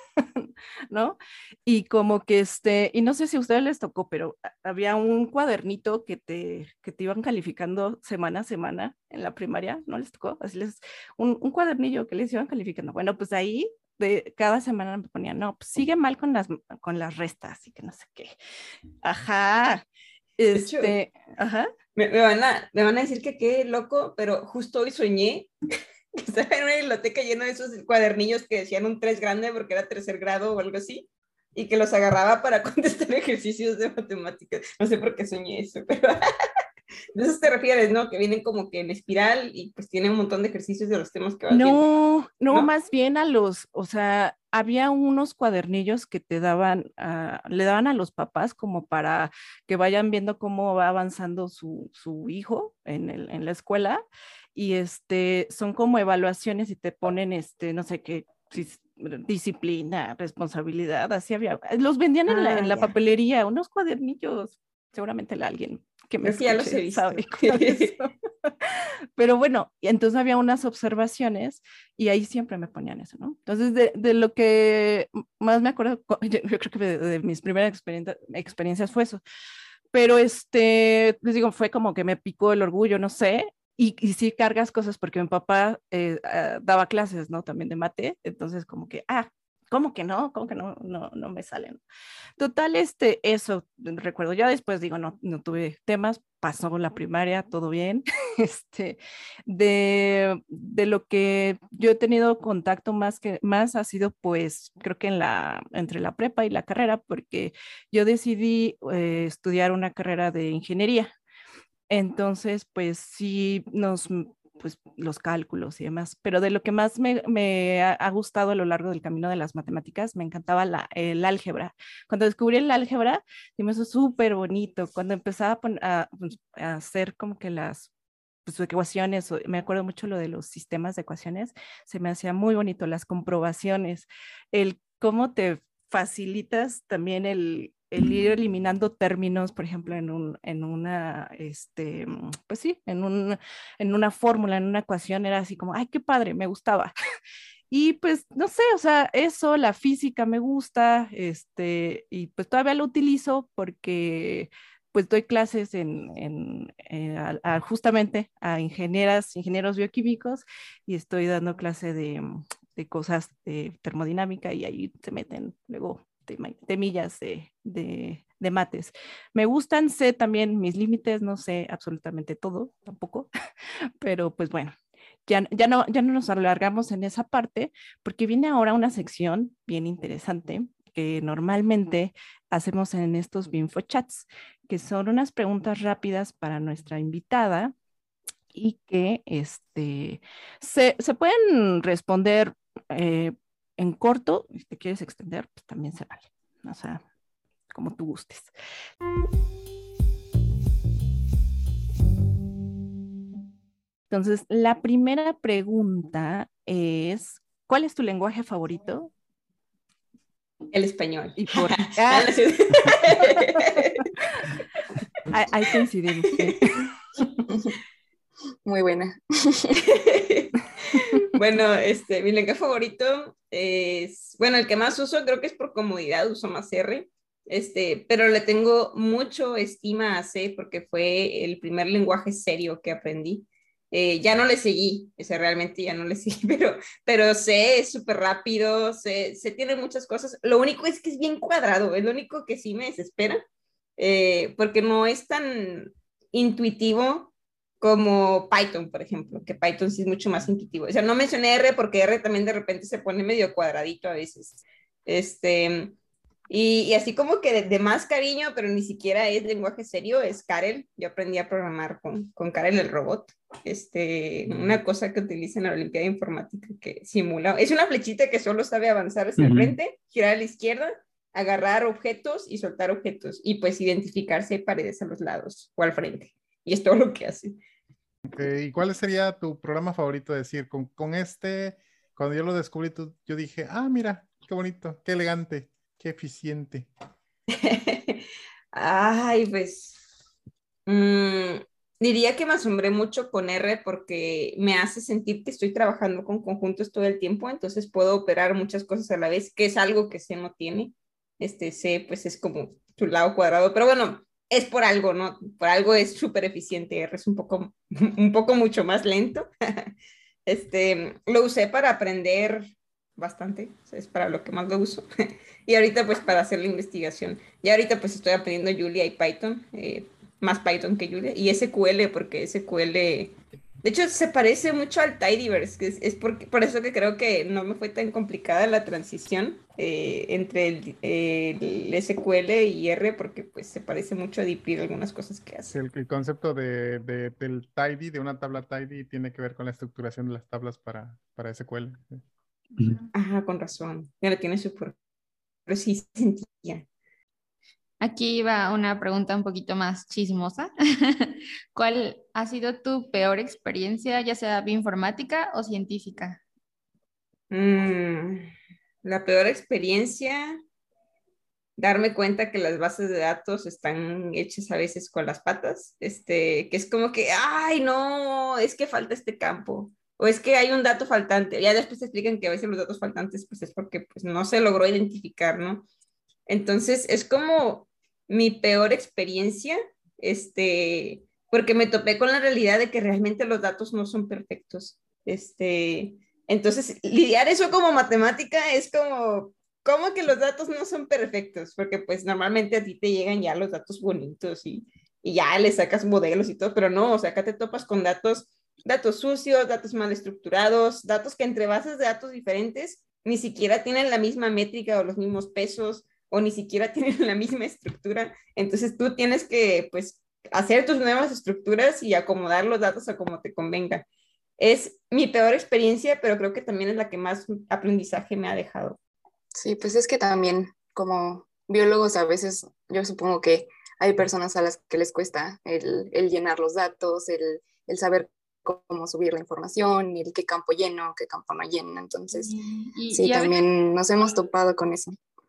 ¿No? Y como que este, y no sé si a ustedes les tocó, pero a- había un cuadernito que te, que te iban calificando semana a semana en la primaria, ¿no les tocó? Así les, un, un cuadernillo que les iban calificando. Bueno, pues ahí de cada semana me ponían, no, pues sigue mal con las, con las restas y que no sé qué. Ajá, De hecho, este, ajá. me, me van a, me van a decir que qué loco, pero justo hoy soñé que estaba en una biblioteca lleno de esos cuadernillos que decían un tres grande porque era tercer grado o algo así, y que los agarraba para contestar ejercicios de matemáticas. No sé por qué soñé eso, pero de eso te refieres, ¿no? Que vienen como que en espiral y pues tienen un montón de ejercicios de los temas que vas viendo, No, no, ¿no? más bien a los, o sea, había unos cuadernillos que te daban, ah, le daban a los papás como para que vayan viendo cómo va avanzando su, su hijo en el, en la escuela y este, son como evaluaciones y te ponen, este, no sé qué, dis- disciplina, responsabilidad, así había, los vendían en la, Ah, en la ya. papelería, unos cuadernillos, seguramente la- alguien que me Creo que ya los he escuche visto. sabe cuál es. Pero bueno, y entonces había unas observaciones y ahí siempre me ponían eso, ¿no? Entonces, de, de lo que más me acuerdo, co- yo, yo creo que de, de mis primeras experiencia- experiencias fue eso. Pero este, les digo, fue como que me picó el orgullo, no sé. Y, y sí cargas cosas porque mi papá eh, ah, daba clases, ¿no? También de mate. Entonces, como que, ah, ¿cómo que no? ¿Cómo que no? No, no me salen. Total, este, eso recuerdo. Ya después digo, no, no tuve temas, pasó la primaria, todo bien. Este, de, de lo que yo he tenido contacto más que más ha sido, pues, creo que en la, entre la prepa y la carrera, porque yo decidí eh, estudiar una carrera de ingeniería. Entonces, pues sí, nos, mm, pues los cálculos y demás, pero de lo que más me, me ha, ha gustado a lo largo del camino de las matemáticas, me encantaba la, el álgebra. Cuando descubrí el álgebra, se me hizo súper bonito. Cuando empezaba a, pon- a, pues, a hacer como que las pues, ecuaciones, o- me acuerdo mucho lo de los sistemas de ecuaciones, se me hacía muy bonito, las comprobaciones, el cómo te facilitas también el, el ir eliminando términos, por ejemplo, en, un, en una, este, pues sí, en, un, en una fórmula, en una ecuación, era así como, ay, qué padre, me gustaba. Y pues, no sé, o sea, eso, la física me gusta, este, y pues todavía lo utilizo porque pues doy clases en, en, en a, a, justamente a ingenieras, ingenieros bioquímicos, y estoy dando clase de, de cosas de termodinámica, y ahí se meten luego temillas de, de, de mates. Me gustan, sé también mis límites, no sé absolutamente todo tampoco, pero pues bueno. Ya, ya, no, ya no nos alargamos en esa parte, porque viene ahora una sección bien interesante que normalmente hacemos en estos BinfoChats, que son unas preguntas rápidas para nuestra invitada y que este, se, se pueden responder eh, en corto. Si te quieres extender, pues también se vale. O sea, como tú gustes. Entonces, la primera pregunta es, ¿cuál es tu lenguaje favorito? El español. ¿Y por ah. ahí, ahí coincidimos. ¿Sí? Muy buena. Bueno, este, mi lenguaje favorito es, bueno, el que más uso creo que es por comodidad, uso más R, este, pero le tengo mucho estima a C porque fue el primer lenguaje serio que aprendí. Eh, ya no le seguí, o sea, realmente ya no le seguí, pero, pero C es súper rápido, C, C tiene muchas cosas. Lo único es que es bien cuadrado, es lo único que sí me desespera, eh, porque no es tan intuitivo como Python, por ejemplo, que Python sí es mucho más intuitivo. O sea, no mencioné R porque R también de repente se pone medio cuadradito a veces. Este, y, y así como que de, de más cariño, pero ni siquiera es lenguaje serio, es Karel. Yo aprendí a programar con, con Karel el robot. Este, una cosa que utiliza en la Olimpiada de Informática que simula. Es una flechita que solo sabe avanzar hacia uh-huh. el frente, girar a la izquierda, agarrar objetos y soltar objetos. Y pues identificarse paredes a los lados o al frente. Y es todo lo que hace. Okay. ¿Y cuál sería tu programa favorito? Decir, con, con este, cuando yo lo descubrí, tú, yo dije, ah, mira, qué bonito, qué elegante, qué eficiente. Ay, pues, mmm, diría que me asombré mucho con R porque me hace sentir que estoy trabajando con conjuntos todo el tiempo, entonces puedo operar muchas cosas a la vez, que es algo que C no tiene. Este C, pues, es como su lado cuadrado, pero bueno, es por algo, ¿no? Por algo es súper eficiente. R es un poco, un poco mucho más lento. Este, lo usé para aprender bastante, o sea, es para lo que más lo uso. Y ahorita pues para hacer la investigación. Y ahorita pues estoy aprendiendo Julia y Python, eh, más Python que Julia. Y S Q L, porque S Q L, de hecho se parece mucho al Tidyverse, que es, es por, por eso que creo que no me fue tan complicada la transición eh, entre el, eh, el S Q L y R, porque pues se parece mucho a Dplyr algunas cosas que hace. El, el concepto de, de, del tidy, de una tabla tidy, tiene que ver con la estructuración de las tablas para, para S Q L. Ajá, con razón. Ya lo tiene súper. Pero sí sentía. Aquí va una pregunta un poquito más chismosa. ¿Cuál ha sido tu peor experiencia, ya sea bioinformática o científica? Mm, la peor experiencia, darme cuenta que las bases de datos están hechas a veces con las patas, este, que es como que, ay, no, es que falta este campo, o es que hay un dato faltante. Ya después te explican que a veces los datos faltantes, pues es porque pues, no se logró identificar, ¿no? Entonces, es como mi peor experiencia, este, porque me topé con la realidad de que realmente los datos no son perfectos. Este, entonces, lidiar eso como matemática es como, ¿cómo que los datos no son perfectos? Porque pues normalmente a ti te llegan ya los datos bonitos y, y ya le sacas modelos y todo, pero no, o sea, acá te topas con datos, datos sucios, datos mal estructurados, datos que entre bases de datos diferentes ni siquiera tienen la misma métrica o los mismos pesos, o ni siquiera tienen la misma estructura. Entonces tú tienes que, pues, hacer tus nuevas estructuras y acomodar los datos a como te convenga. Es mi peor experiencia, pero creo que también es la que más aprendizaje me ha dejado. Sí, pues es que también como biólogos a veces yo supongo que hay personas a las que les cuesta el, el llenar los datos, el, el saber cómo subir la información, el qué campo lleno, qué campo no lleno. Entonces, y, sí, y también veces, nos hemos topado con eso.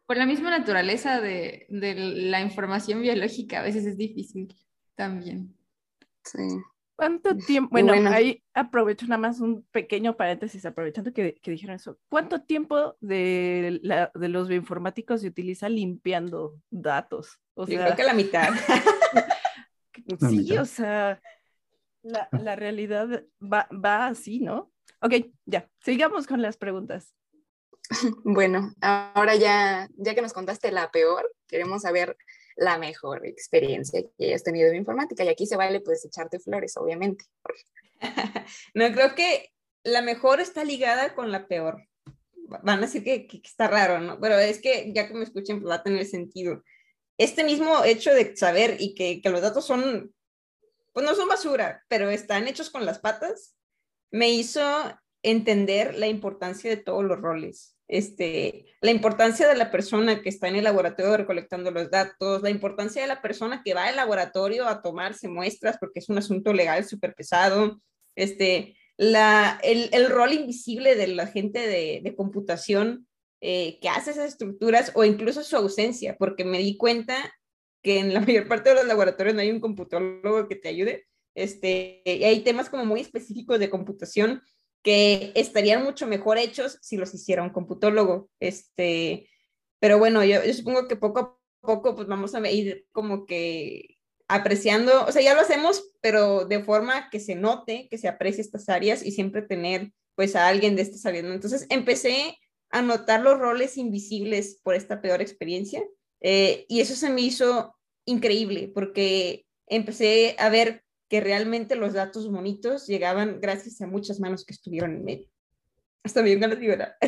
por la misma naturaleza de, de la información biológica, a veces es difícil también. Sí. ¿Cuánto tiempo? Y Bueno, bueno. ahí aprovecho nada más un pequeño paréntesis, aprovechando que, que dijeron eso. ¿Cuánto tiempo de, la, de los bioinformáticos se utiliza limpiando datos? O Yo sea, creo que la mitad. La sí, mitad. o sea, la, la realidad va, va así, ¿no? Ok, ya, sigamos con las preguntas. Bueno, ahora ya, ya que nos contaste la peor, queremos saber la mejor experiencia que hayas tenido en informática. Y aquí se vale, pues, echarte flores, obviamente. No, creo que la mejor está ligada con la peor. Van a decir que, que, que está raro, ¿no? Pero es que ya que me escuchen, pues va a tener sentido. Este mismo hecho de saber y que, que los datos son, pues no son basura, pero están hechos con las patas, me hizo entender la importancia de todos los roles. Este, la importancia de la persona que está en el laboratorio recolectando los datos, la importancia de la persona que va al laboratorio a tomarse muestras porque es un asunto legal súper pesado, este, la, el, el rol invisible de la gente de, de computación eh, que hace esas estructuras o incluso su ausencia, porque me di cuenta que en la mayor parte de los laboratorios no hay un computólogo que te ayude, este, y hay temas como muy específicos de computación que estarían mucho mejor hechos si los hiciera un computólogo. Este, pero bueno, yo, yo supongo que poco a poco pues vamos a ir como que apreciando, o sea, ya lo hacemos, pero de forma que se note, que se aprecie estas áreas y siempre tener pues a alguien de este saliendo. Entonces empecé a notar los roles invisibles por esta peor experiencia eh, y eso se me hizo increíble porque empecé a ver que realmente los datos bonitos llegaban gracias a muchas manos que estuvieron en medio. Hasta me dio ganas de llorar.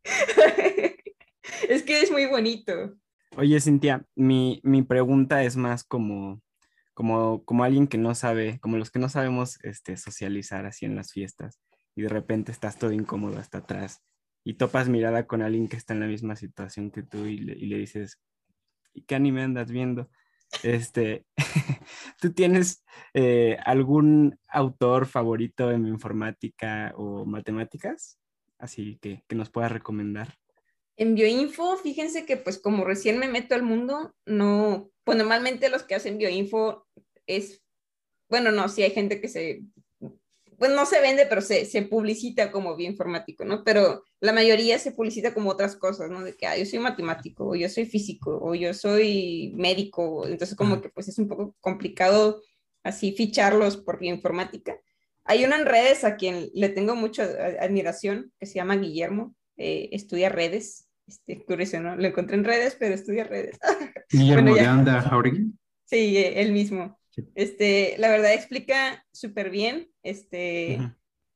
Es que es muy bonito. Oye, Cintia, mi, mi pregunta es más como, como, como alguien que no sabe, como los que no sabemos este, socializar así en las fiestas y de repente estás todo incómodo hasta atrás y topas mirada con alguien que está en la misma situación que tú y le, y le dices, ¿y qué anime andas viendo? Este, ¿tú tienes eh, algún autor favorito en informática o matemáticas? Así que, que nos puedas recomendar. En bioinfo, fíjense que pues como recién me meto al mundo, no, pues normalmente los que hacen bioinfo es, bueno, no, sí hay gente que se, pues no se vende, pero se, se publicita como bioinformático, ¿no? Pero la mayoría se publicita como otras cosas, ¿no? De que, ah, yo soy matemático, o yo soy físico, o yo soy médico, entonces como que pues es un poco complicado así ficharlos por bioinformática. Hay uno en redes a quien le tengo mucha admiración, que se llama Guillermo, eh, estudia redes, este, curioso, ¿no? Lo encontré en redes, pero estudia redes. Guillermo Bueno, de ya. Anda Jauregui. Sí, él mismo. Sí. Este, la verdad explica súper bien, este, Uh-huh.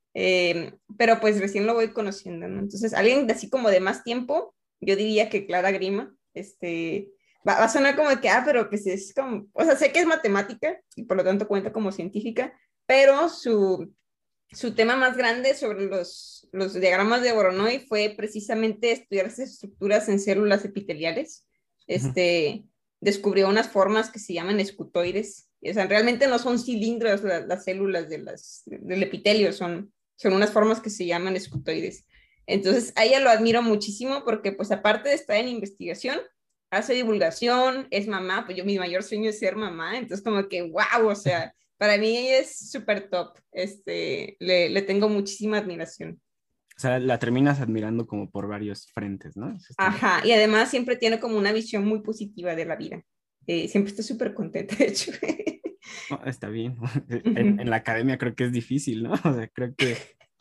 eh, pero pues recién lo voy conociendo, ¿no? Entonces, alguien de así como de más tiempo, yo diría que Clara Grima, este, va, va a sonar como de que, ah, pero pues es como, o sea, sé que es matemática y por lo tanto cuenta como científica, pero su, su tema más grande sobre los, los diagramas de Voronoi fue precisamente estudiar esas estructuras en células epiteliales. Este, uh-huh. Descubrió unas formas que se llaman escutoides. O sea, realmente no son cilindros las, las células de las, del epitelio, son, son unas formas que se llaman escutoides. Entonces, a ella lo admiro muchísimo porque, pues, aparte de estar en investigación, hace divulgación, es mamá, pues yo mi mayor sueño es ser mamá, entonces como que, wow, o sea, para mí ella es súper top, este, le, le tengo muchísima admiración. O sea, la terminas admirando como por varios frentes, ¿no? Ajá, y además siempre tiene como una visión muy positiva de la vida. Eh, siempre está súper contenta, de hecho. No, está bien. En, en la academia creo que es difícil, ¿no? O sea, creo que,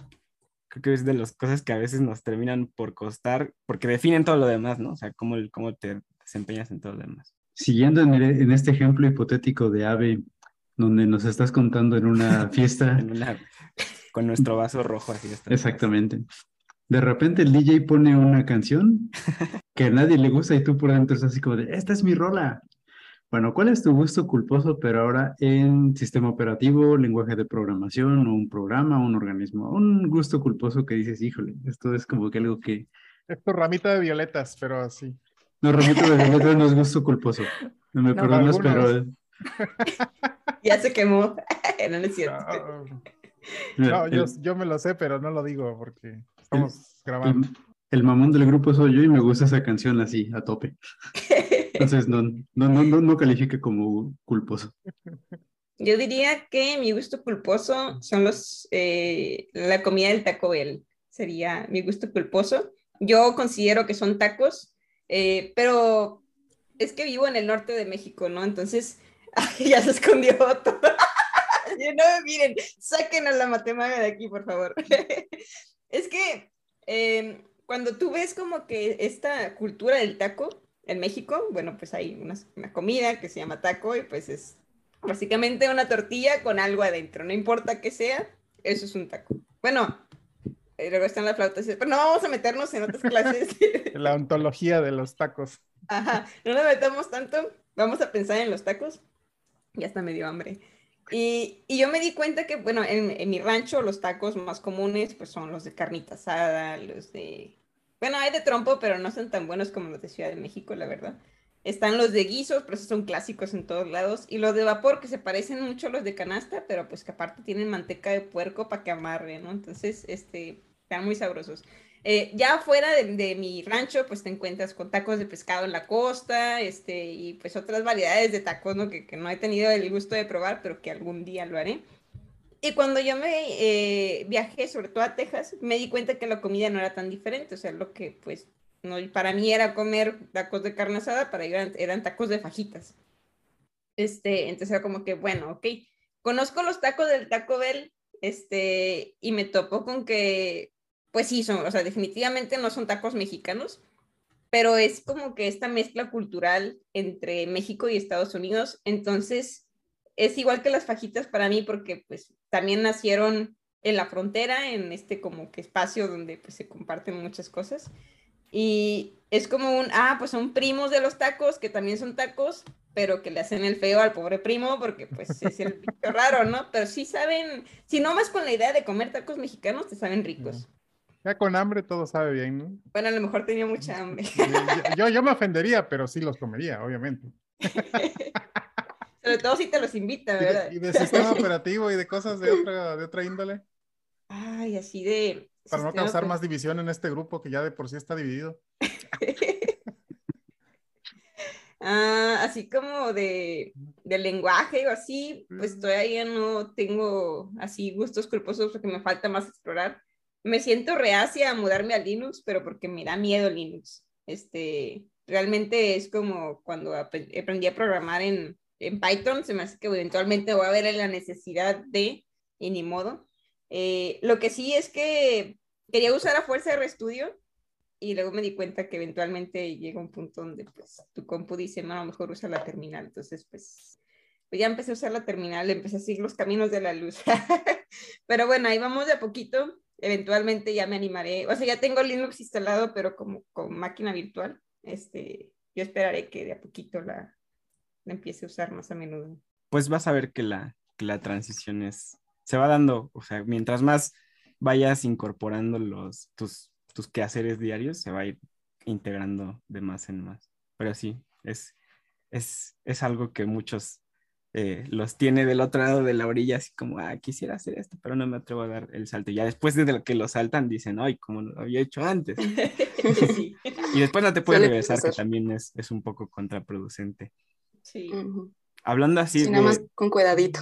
creo que es de las cosas que a veces nos terminan por costar, porque definen todo lo demás, ¿no? O sea, cómo, cómo te desempeñas en todo lo demás. Siguiendo en, el, en este ejemplo hipotético de Ave, donde nos estás contando en una fiesta. En una, con nuestro vaso rojo así. Exactamente. De repente el D J pone una canción que a nadie le gusta y tú por dentro estás así como de, esta es mi rola. Bueno, ¿cuál es tu gusto culposo, pero ahora en sistema operativo, lenguaje de programación, o un programa, un organismo? Un gusto culposo que dices, híjole, esto es como que algo que... Es tu ramita de violetas, pero así. No, ramito de violetas no es gusto culposo. No me No, perdonas, algunos. pero... Ya se quemó. No, no es cierto. No, no yo, yo me lo sé, pero no lo digo porque estamos el, grabando. El, el mamón del grupo soy yo y me gusta esa canción así, a tope. Entonces no, no, no, no, no califique como culposo. Yo diría que mi gusto culposo son los, eh, la comida del Taco Bell. Sería mi gusto culposo. Yo considero que son tacos, eh, pero es que vivo en el norte de México, ¿no? Entonces, ay, ya se escondió todo. No, miren, saquen a la matemática de aquí, por favor. Es que eh, cuando tú ves como que esta cultura del taco en México, bueno, pues hay una, una comida que se llama taco y pues es básicamente una tortilla con algo adentro, no importa qué sea, eso es un taco. Bueno, eh, luego están las flautas, pero no vamos a meternos en otras clases. La ontología de los tacos. Ajá, no nos metamos tanto, vamos a pensar en los tacos. Ya hasta me dio hambre. Y, y yo me di cuenta que, bueno, en, en mi rancho los tacos más comunes pues son los de carnita asada, los de... Bueno, hay de trompo, pero no son tan buenos como los de Ciudad de México, la verdad. Están los de guisos, pero esos son clásicos en todos lados. Y los de vapor, que se parecen mucho a los de canasta, pero pues que aparte tienen manteca de puerco para que amarre, ¿no? Entonces, este, están muy sabrosos. Eh, ya fuera de, de mi rancho, pues te encuentras con tacos de pescado en la costa, este, y pues otras variedades de tacos, ¿no? Que, que no he tenido el gusto de probar, pero que algún día lo haré. Y cuando yo me eh, viajé, sobre todo a Texas, me di cuenta que la comida no era tan diferente, o sea, lo que pues no, para mí era comer tacos de carne asada, para ellos eran, eran tacos de fajitas. Este, entonces era como que, bueno, ok, conozco los tacos del Taco Bell, este, y me topo con que pues sí, son, o sea, definitivamente no son tacos mexicanos, pero es como que esta mezcla cultural entre México y Estados Unidos, entonces es igual que las fajitas para mí porque pues también nacieron en la frontera, en este como que espacio donde pues se comparten muchas cosas, y es como un, ah, pues son primos de los tacos, que también son tacos, pero que le hacen el feo al pobre primo porque pues es el bicho raro, ¿no? Pero sí saben, si no más con la idea de comer tacos mexicanos, te saben ricos. Ya con hambre todo sabe bien, ¿no? Bueno, a lo mejor tenía mucha hambre. Yo, yo me ofendería, pero sí los comería, obviamente. Sobre todo si te los invita, ¿verdad? ¿Y de, y de sistema operativo y de cosas de otra, de otra índole? Ay, así de... Para no causar más división en este grupo que ya de por sí está dividido. Ah, así como de, de lenguaje o así, pues todavía no tengo así gustos culposos porque me falta más explorar. Me siento reacia a mudarme a Linux, pero porque me da miedo Linux. Este, realmente es como cuando aprendí a programar en, en Python, se me hace que eventualmente voy a ver la necesidad de, y ni modo. Eh, lo que sí es que quería usar a fuerza RStudio y luego me di cuenta que eventualmente llega un punto donde pues tu compu dice, no, a lo mejor usa la terminal. Entonces, pues, pues ya empecé a usar la terminal, empecé a seguir los caminos de la luz. Pero bueno, ahí vamos de a poquito. Eventualmente ya me animaré, o sea, ya tengo Linux instalado, pero como con máquina virtual, este, yo esperaré que de a poquito la, la empiece a usar más a menudo. Pues vas a ver que la, que la transición es, se va dando, o sea, mientras más vayas incorporando los, tus, tus quehaceres diarios, se va a ir integrando de más en más. Pero sí, es, es, es algo que muchos Eh, los tiene del otro lado de la orilla, así como, ah, quisiera hacer esto, pero no me atrevo a dar el salto. Y ya después de lo que lo saltan, dicen, ay, como lo había hecho antes. Sí. Y después no te puedes Suele regresar, que pasar. también es, es un poco contraproducente. Sí. Ujú. Hablando así Sí, de, nada más con cuidadito.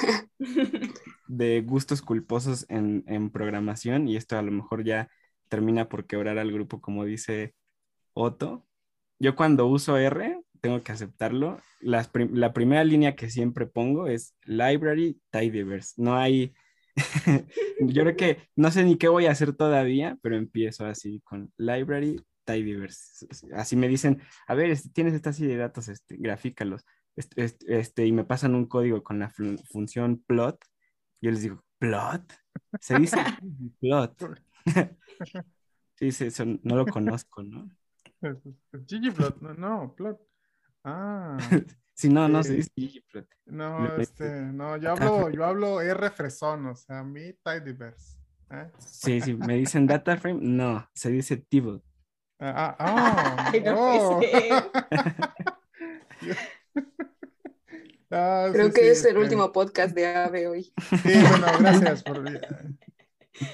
de gustos culposos en, en programación, y esto a lo mejor ya termina por quebrar al grupo, como dice Otto. Yo cuando uso R, tengo que aceptarlo, las prim- la primera línea que siempre pongo es library tidyverse. No hay, yo creo que no sé ni qué voy a hacer todavía, pero empiezo así con library tidyverse. Así me dicen, a ver, este, tienes esta serie de datos, este, grafícalos, este, este, este, y me pasan un código con la fun- función plot. Yo les digo, ¿plot? Se dice plot. Sí, sí, eso no lo conozco, ¿no? ggplot, no, no, plot. Ah, Si no, no eh, se dice ggplot. no, Me- este, no, yo hablo, yo hablo R fresón, o sea, mi tidyverse. ¿eh? Sí, sí, me dicen data frame, no, se dice tibble. Ah, ah, Ay, no oh, puede ser. oh. Ah, Creo sí, que sí, es el este, último podcast de A V E hoy. sí, bueno, gracias por...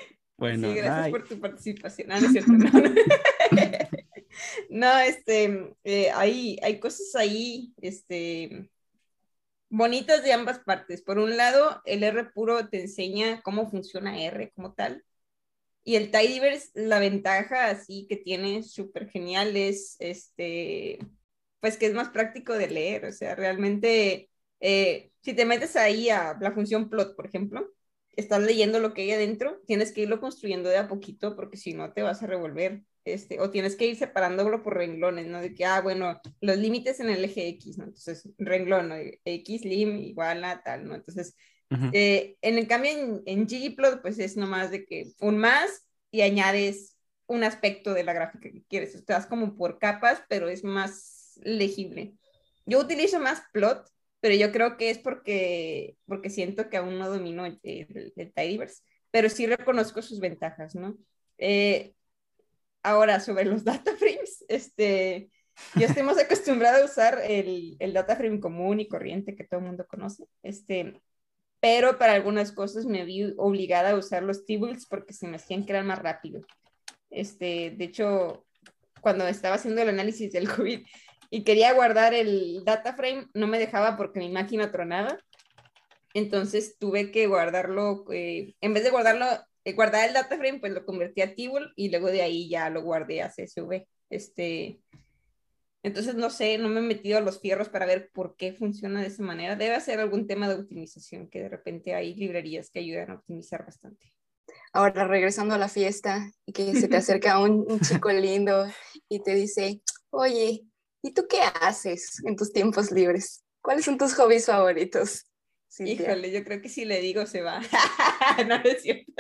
Bueno, sí, gracias bye. por tu participación. Ah, no es cierto, no, no. No, este, eh, hay, hay cosas ahí, este, bonitas de ambas partes. Por un lado, el R puro te enseña cómo funciona R como tal. Y el Tidyverse, la ventaja así que tiene súper genial es, este, pues que es más práctico de leer. O sea, realmente, eh, si te metes ahí a la función plot, por ejemplo, estás leyendo lo que hay adentro, tienes que irlo construyendo de a poquito porque si no te vas a revolver. Este, o tienes que ir separándolo por renglones, ¿no? De que, ah, bueno, los límites en el eje X, ¿no? Entonces, renglón, ¿no? X, lim, igual a tal, ¿no? Entonces, Ujú. eh, en el cambio en, en ggplot, pues es nomás de que un más y añades un aspecto de la gráfica que quieres. Estás como por capas, pero es más legible. Yo utilizo más plot, pero yo creo que es porque, porque siento que aún no domino el, el, el Tidyverse, pero sí reconozco sus ventajas, ¿no? Eh, Ahora, sobre los data frames, este, yo estoy más acostumbrada a usar el, el data frame común y corriente que todo el mundo conoce, este, pero para algunas cosas me vi obligada a usar los tables porque se me hacían que eran más rápido. Este, de hecho, cuando estaba haciendo el análisis del COVID y quería guardar el data frame, no me dejaba porque mi máquina tronaba. Entonces tuve que guardarlo, eh, en vez de guardarlo, eh, guardar el data frame, pues lo convertí a Table y luego de ahí ya lo guardé a C S V. Este, entonces no sé, no me he metido a los fierros para ver por qué funciona de esa manera. Debe ser algún tema de optimización, que de repente hay librerías que ayudan a optimizar bastante. Ahora regresando a la fiesta y que se te acerca un, un chico lindo y te dice, oye, ¿y tú qué haces en tus tiempos libres? ¿Cuáles son tus hobbies favoritos? Cintia. Híjole, yo creo que si le digo se va. No, no es cierto.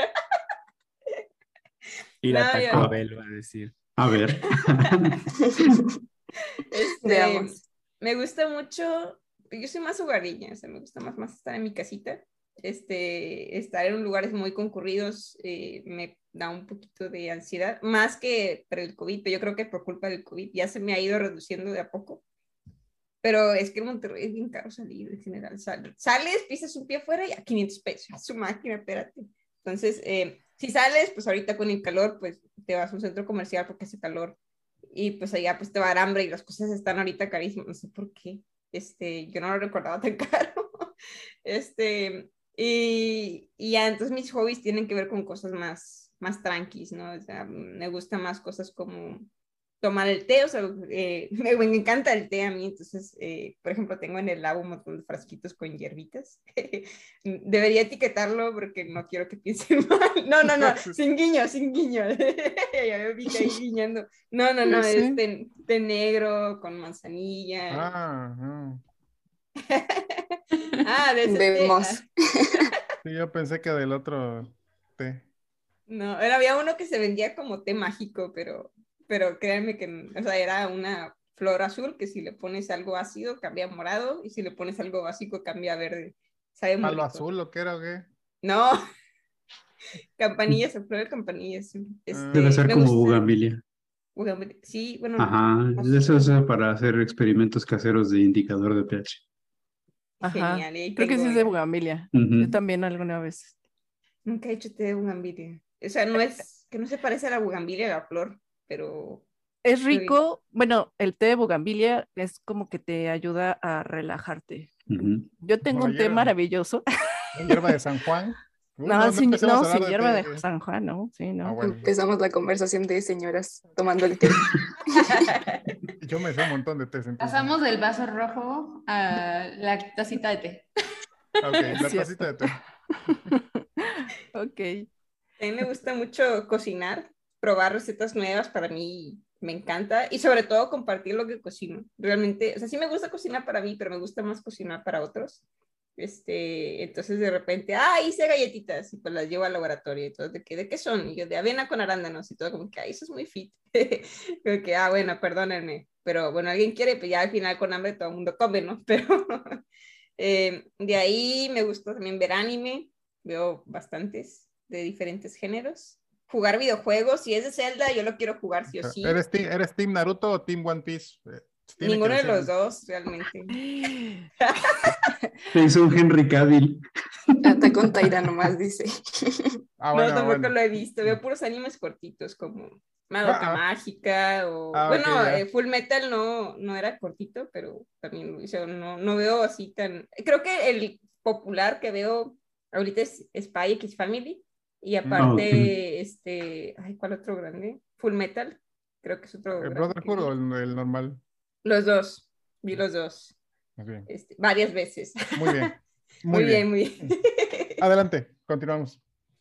Ir No, a Taco yo- Bell, va a decir. A ver. Este, Veamos. me gusta mucho, yo soy más hogareña, o sea, me gusta más, más estar en mi casita. Este, estar en lugares muy concurridos eh, me da un poquito de ansiedad, más que por el COVID, pero yo creo que por culpa del COVID ya se me ha ido reduciendo de a poco. Pero es que en Monterrey es bien caro salir en general. Sal, sales, pisas un pie afuera y a quinientos pesos. Su máquina, espérate. Entonces, eh, si sales, pues ahorita con el calor, pues te vas a un centro comercial porque hace calor. Y pues allá pues te va a dar hambre y las cosas están ahorita carísimas. No sé por qué. Este, yo no lo recordaba tan caro. Este, y, y ya, entonces mis hobbies tienen que ver con cosas más, más tranquis, ¿no? O sea, me gustan más cosas como tomar el té, o sea, eh, me, me encanta el té a mí, entonces, eh, por ejemplo, tengo en el labo un montón de frasquitos con hierbitas. Debería etiquetarlo porque no quiero que piensen mal. No, no, no, sin guiño, sin guiño. Ya me vi ahí guiñando. No, no, no, Sí, sí. es té, té negro con manzanilla. Ah, no. Ah, de ese té. Vemos. Sí, yo pensé que del otro té. No, era, había uno que se vendía como té mágico, pero, pero créanme que, o sea, era una flor azul que si le pones algo ácido cambia a morado y si le pones algo básico cambia a verde. Sabe muy ¿Palo rico. azul o qué era o qué? No, campanillas, flor de campanillas. Este, Debe ser me como gusta- bugambilia. Bugambilia. Sí, bueno. Ajá, no sé. eso es para hacer experimentos caseros de indicador de pH. Ajá. Genial, y ahí Creo que sí tengo es de ya. bugambilia. Ujú. Yo también alguna vez. Nunca he hecho té de bugambilia. O sea, no es, que no se parece a la bugambilia, a la flor, pero Es rico, bueno, el té de bugambilia es como que te ayuda a relajarte. Ujú. Yo tengo Como la un té hierba. maravilloso. ¿La hierba de San Juan? Uy, No, sin, empecemos no, a hablar sin hierba de té. San Juan, no, sí, Ah, no. bueno. Empezamos la conversación de señoras tomando el té. Yo me sé un montón de tés. entonces. Pasamos del vaso rojo a la tacita de té. Ah, ok, la Cierto. tacita de té. Ok. a mí me gusta mucho cocinar, probar recetas nuevas, para mí me encanta, y sobre todo compartir lo que cocino. Realmente, o sea, sí me gusta cocinar para mí, pero me gusta más cocinar para otros. Este, entonces de repente, ah, hice galletitas, y pues las llevo al laboratorio, y todo, ¿de qué, de qué son? Y yo, de avena con arándanos, y todo como que, ay, eso es muy fit. Como que, ah, bueno, perdónenme, pero bueno, alguien quiere, pues ya al final con hambre todo el mundo come, ¿no? Pero eh, de ahí me gusta también ver anime, veo bastantes de diferentes géneros. Jugar videojuegos, si es de Zelda, yo lo quiero jugar sí o sí. ¿Eres team, ¿Eres team Naruto o Team One Piece? Eh, tiene Ninguno que de los decirlo. dos, realmente. Se hizo un Henry Cavill. Attack on Titan nomás dice. Ah, bueno, no, tampoco bueno. lo he visto. Veo puros animes cortitos como Madoka Ah, ah. Mágica o... Ah, bueno, ok, ya. eh, Full Metal no, no era cortito, pero también o sea, no, no veo así tan... Creo que el popular que veo ahorita es Spy X Family y aparte, Ah, ok. este... Ay, ¿cuál otro grande? Full Metal. Creo que es otro ¿El grande que Brotherhood vi. o el, el normal? Los dos. Vi los dos. Muy bien. Este, varias veces. Muy bien. Muy, Muy bien. bien, muy bien. Adelante, continuamos.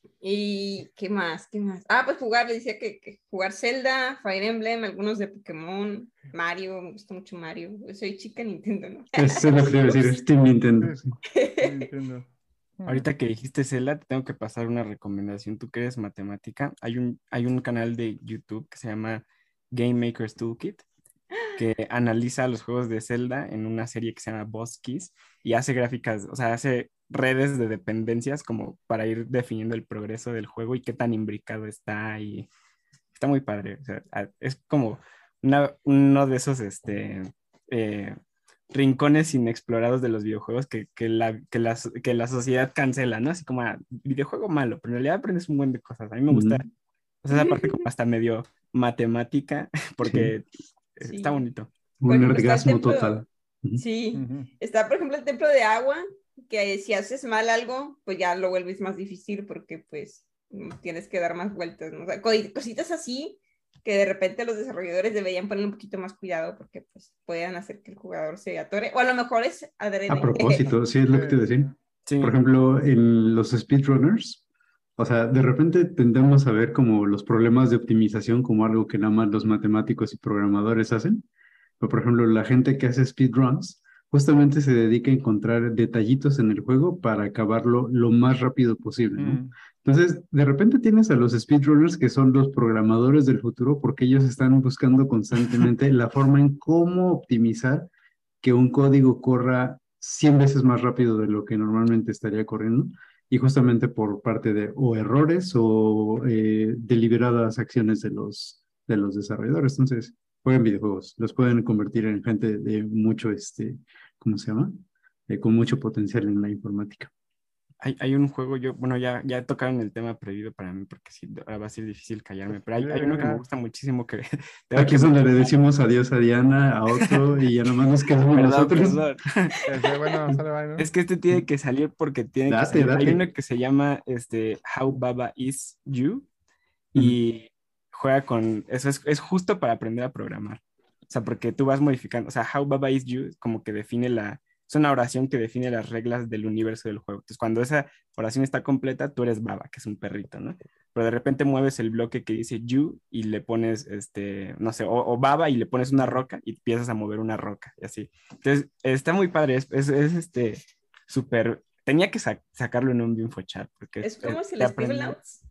¿Y qué más? ¿Qué más? Ah, pues jugar, le decía que, que jugar Zelda, Fire Emblem, algunos de Pokémon, Mario, me gusta mucho Mario. Yo soy chica Nintendo, ¿no? Eso es lo que te iba a decir, Ups. es Team Nintendo. Sí, sí, entiendo. Ahorita que dijiste Zelda, te tengo que pasar una recomendación. Tú que eres matemática, hay un, hay un canal de YouTube que se llama Game Maker's Toolkit, que analiza los juegos de Zelda en una serie que se llama Boss Keys y hace gráficas, o sea, hace redes de dependencias como para ir definiendo el progreso del juego y qué tan imbricado está y está muy padre. O sea, es como una, uno de esos este, eh, rincones inexplorados de los videojuegos que, que, la, que, la, que la sociedad cancela, ¿no? Así como, ah, videojuego malo, pero en realidad aprendes un buen de cosas. A mí me gusta, Ujú. o sea, esa parte como hasta medio matemática, porque Sí. está bonito. Por Un ejemplo, está el orgasmo templo, total. Ujú. sí, Ujú. está por ejemplo el templo de agua, que si haces mal algo, pues ya lo vuelves más difícil porque pues tienes que dar más vueltas, ¿no? O sea, co- cositas así que de repente los desarrolladores deberían poner un poquito más cuidado porque pues puedan hacer que el jugador se atore, o a lo mejor es adrede. A propósito, sí es lo que te Sí, decía. Sí, Por ejemplo, en los speedrunners, o sea, de repente tendemos a ver como los problemas de optimización como algo que nada más los matemáticos y programadores hacen. Pero, por ejemplo, la gente que hace speedruns justamente se dedica a encontrar detallitos en el juego para acabarlo lo más rápido posible, ¿no? Mm. Entonces, de repente tienes a los speedrunners que son los programadores del futuro porque ellos están buscando constantemente la forma en cómo optimizar que un código corra cien veces más rápido de lo que normalmente estaría corriendo, y justamente por parte de o errores o eh, deliberadas acciones de los, de los desarrolladores. Entonces, jueguen videojuegos, los pueden convertir en gente de mucho, este, ¿cómo se llama? Eh, con mucho potencial en la informática. hay, hay un juego, yo, bueno, ya, ya tocaron el tema prohibido para mí porque sí, ahora va a ser difícil callarme, pero hay, hay uno que me gusta muchísimo que tengo Aquí que es donde le mencionar. decimos adiós a Diana, a Otto, y ya nomás nos quedamos Perdón, nosotros. perdón. Este, bueno, sale, bye, ¿no? Es que este tiene que salir porque tiene que Date, salir. Hay date. uno que se llama este, How Baba Is You Ujú. y juega con, eso es, es justo para aprender a programar. O sea, porque tú vas modificando, o sea, How Baba Is You como que define la, es una oración que define las reglas del universo del juego. Entonces, cuando esa oración está completa, tú eres Baba, que es un perrito, ¿no? Pero de repente mueves el bloque que dice You y le pones, este, no sé, o, o Baba y le pones una roca y empiezas a mover una roca y así. Entonces, está muy padre, es, es, es este, súper, tenía que sa sacarlo en un InfoChat porque Es como es, si te el aprende- Scribblenauts.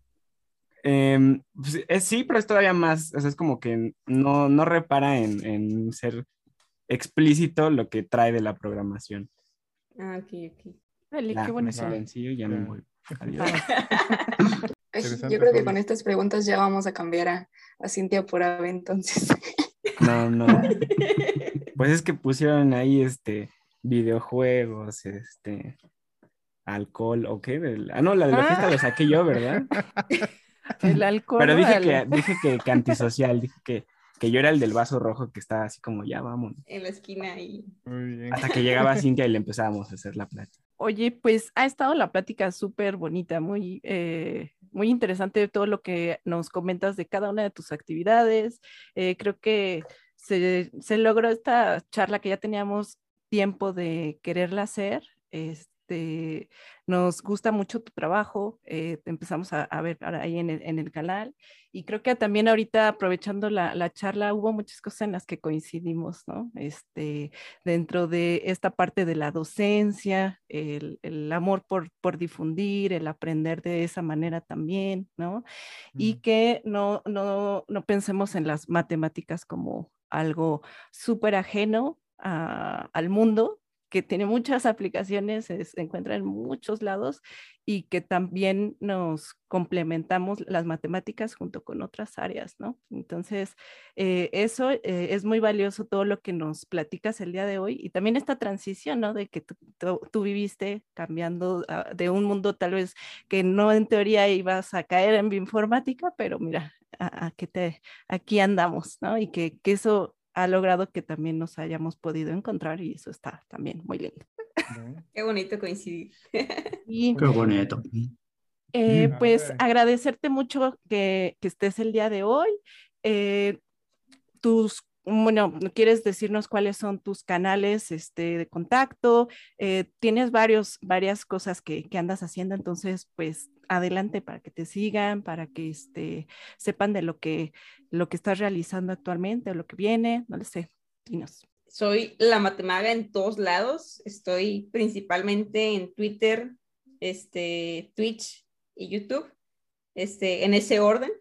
Eh, pues, es, sí, pero es todavía más, o sea, es como que no, no repara en, en ser explícito lo que trae de la programación. Ah, ok, ok. Dale, Ya, qué me bueno. silencio y ya Ya. me voy. Adiós. Ay, Interesante yo creo que todo. con estas preguntas ya vamos a cambiar a, a Cintia por Ave, entonces. No, no. Pues es que pusieron ahí este videojuegos, este alcohol, ¿o qué? Del- Ah, no, la de la fiesta Ah. lo saqué yo, ¿verdad? El alcohol. Pero dije órale. que, dije que, que antisocial, dije que, que yo era el del vaso rojo que estaba así como ya vamos. En la esquina y... Muy bien. Hasta que llegaba Cintia y le empezábamos a hacer la plática. Oye, pues ha estado la plática súper bonita, muy, eh, muy interesante todo lo que nos comentas de cada una de tus actividades. Eh, creo que se, se logró esta charla que ya teníamos tiempo de quererla hacer. Este, nos gusta mucho tu trabajo, eh, te empezamos a, a ver ahora ahí en el, en el canal, y creo que también ahorita aprovechando la, la charla hubo muchas cosas en las que coincidimos, ¿no? Este, dentro de esta parte de la docencia, el, el amor por, por difundir, el aprender de esa manera también, ¿no? Y que no, no, no pensemos en las matemáticas como algo súper ajeno a, al mundo, que tiene muchas aplicaciones, se, se encuentra en muchos lados y que también nos complementamos las matemáticas junto con otras áreas, ¿no? Entonces, eh, eso eh, es muy valioso todo lo que nos platicas el día de hoy y también esta transición, ¿no? De que tú, tú, tú viviste cambiando uh, de un mundo tal vez que no en teoría ibas a caer en bioinformática, pero mira, a, a que te, aquí andamos, ¿no? Y que, que eso ha logrado que también nos hayamos podido encontrar y eso está también muy lindo. Qué bonito coincidir. Y, Qué bonito. eh, Mm. pues Ay. agradecerte mucho que, que estés el día de hoy. Eh, tus, bueno, ¿quieres decirnos cuáles son tus canales este, de contacto? Eh, tienes varios, varias cosas que, que andas haciendo, entonces pues adelante para que te sigan, para que este, sepan de lo que, lo que estás realizando actualmente o lo que viene, no lo sé, dinos. Soy la Matemaga en todos lados. Estoy principalmente en Twitter, este, Twitch y YouTube, este, en ese orden.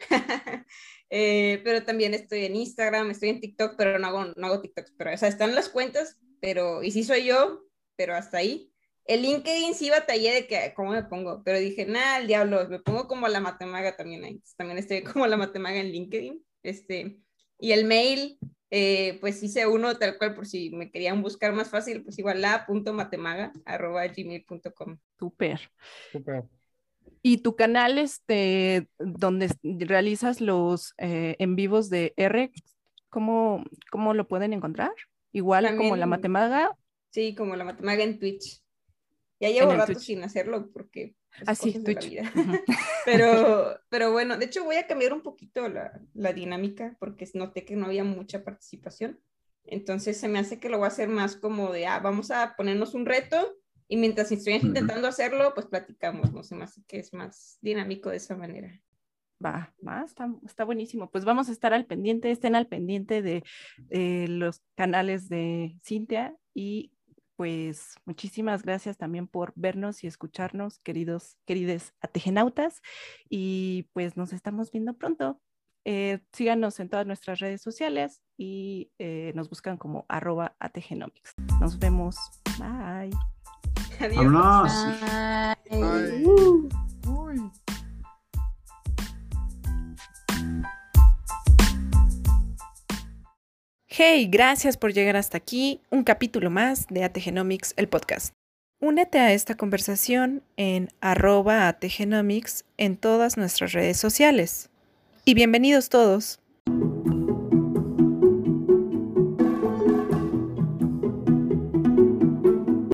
eh, pero también estoy en Instagram, estoy en TikTok, pero no hago, no hago TikToks. Pero, o sea, están las cuentas, pero, y sí soy yo, pero hasta ahí. El LinkedIn sí batallé de que, ¿cómo me pongo? Pero dije, nada, el diablo, me pongo como la Matemaga también ahí. También estoy como la Matemaga en LinkedIn. Este, y el mail... Eh, pues hice uno tal cual por si me querían buscar más fácil, pues igual la punto matemaga arroba gmail punto com. Súper. Súper. Y tu canal, este, donde realizas los eh, en vivos de R, ¿cómo, cómo lo pueden encontrar? Igual También, como la Matemaga. Sí, como la Matemaga en Twitch. Ya En llevo el rato Twitch. sin hacerlo porque pues, Ah, sí, cosas de la Twitch. vida. Uh-huh. pero, pero bueno, de hecho voy a cambiar un poquito la, la dinámica porque noté que no había mucha participación. Entonces se me hace que lo voy a hacer más como de, ah, vamos a ponernos un reto y mientras estoy Ujú. intentando hacerlo, pues platicamos, no sé, me hace que es más dinámico de esa manera. Va, va, está, está buenísimo. Pues vamos a estar al pendiente, estén al pendiente de eh, los canales de Cintia y pues muchísimas gracias también por vernos y escucharnos, queridos, querides atejenautas, y pues nos estamos viendo pronto. Eh, síganos en todas nuestras redes sociales y eh, nos buscan como arroba ategenomics. Nos vemos. Bye. Adiós. ¡Vámonos! Ay. Uh. Uy. Hey, gracias por llegar hasta aquí, un capítulo más de Ategenomics, el podcast. Únete a esta conversación en arroba ategenomics en todas nuestras redes sociales. Y bienvenidos todos.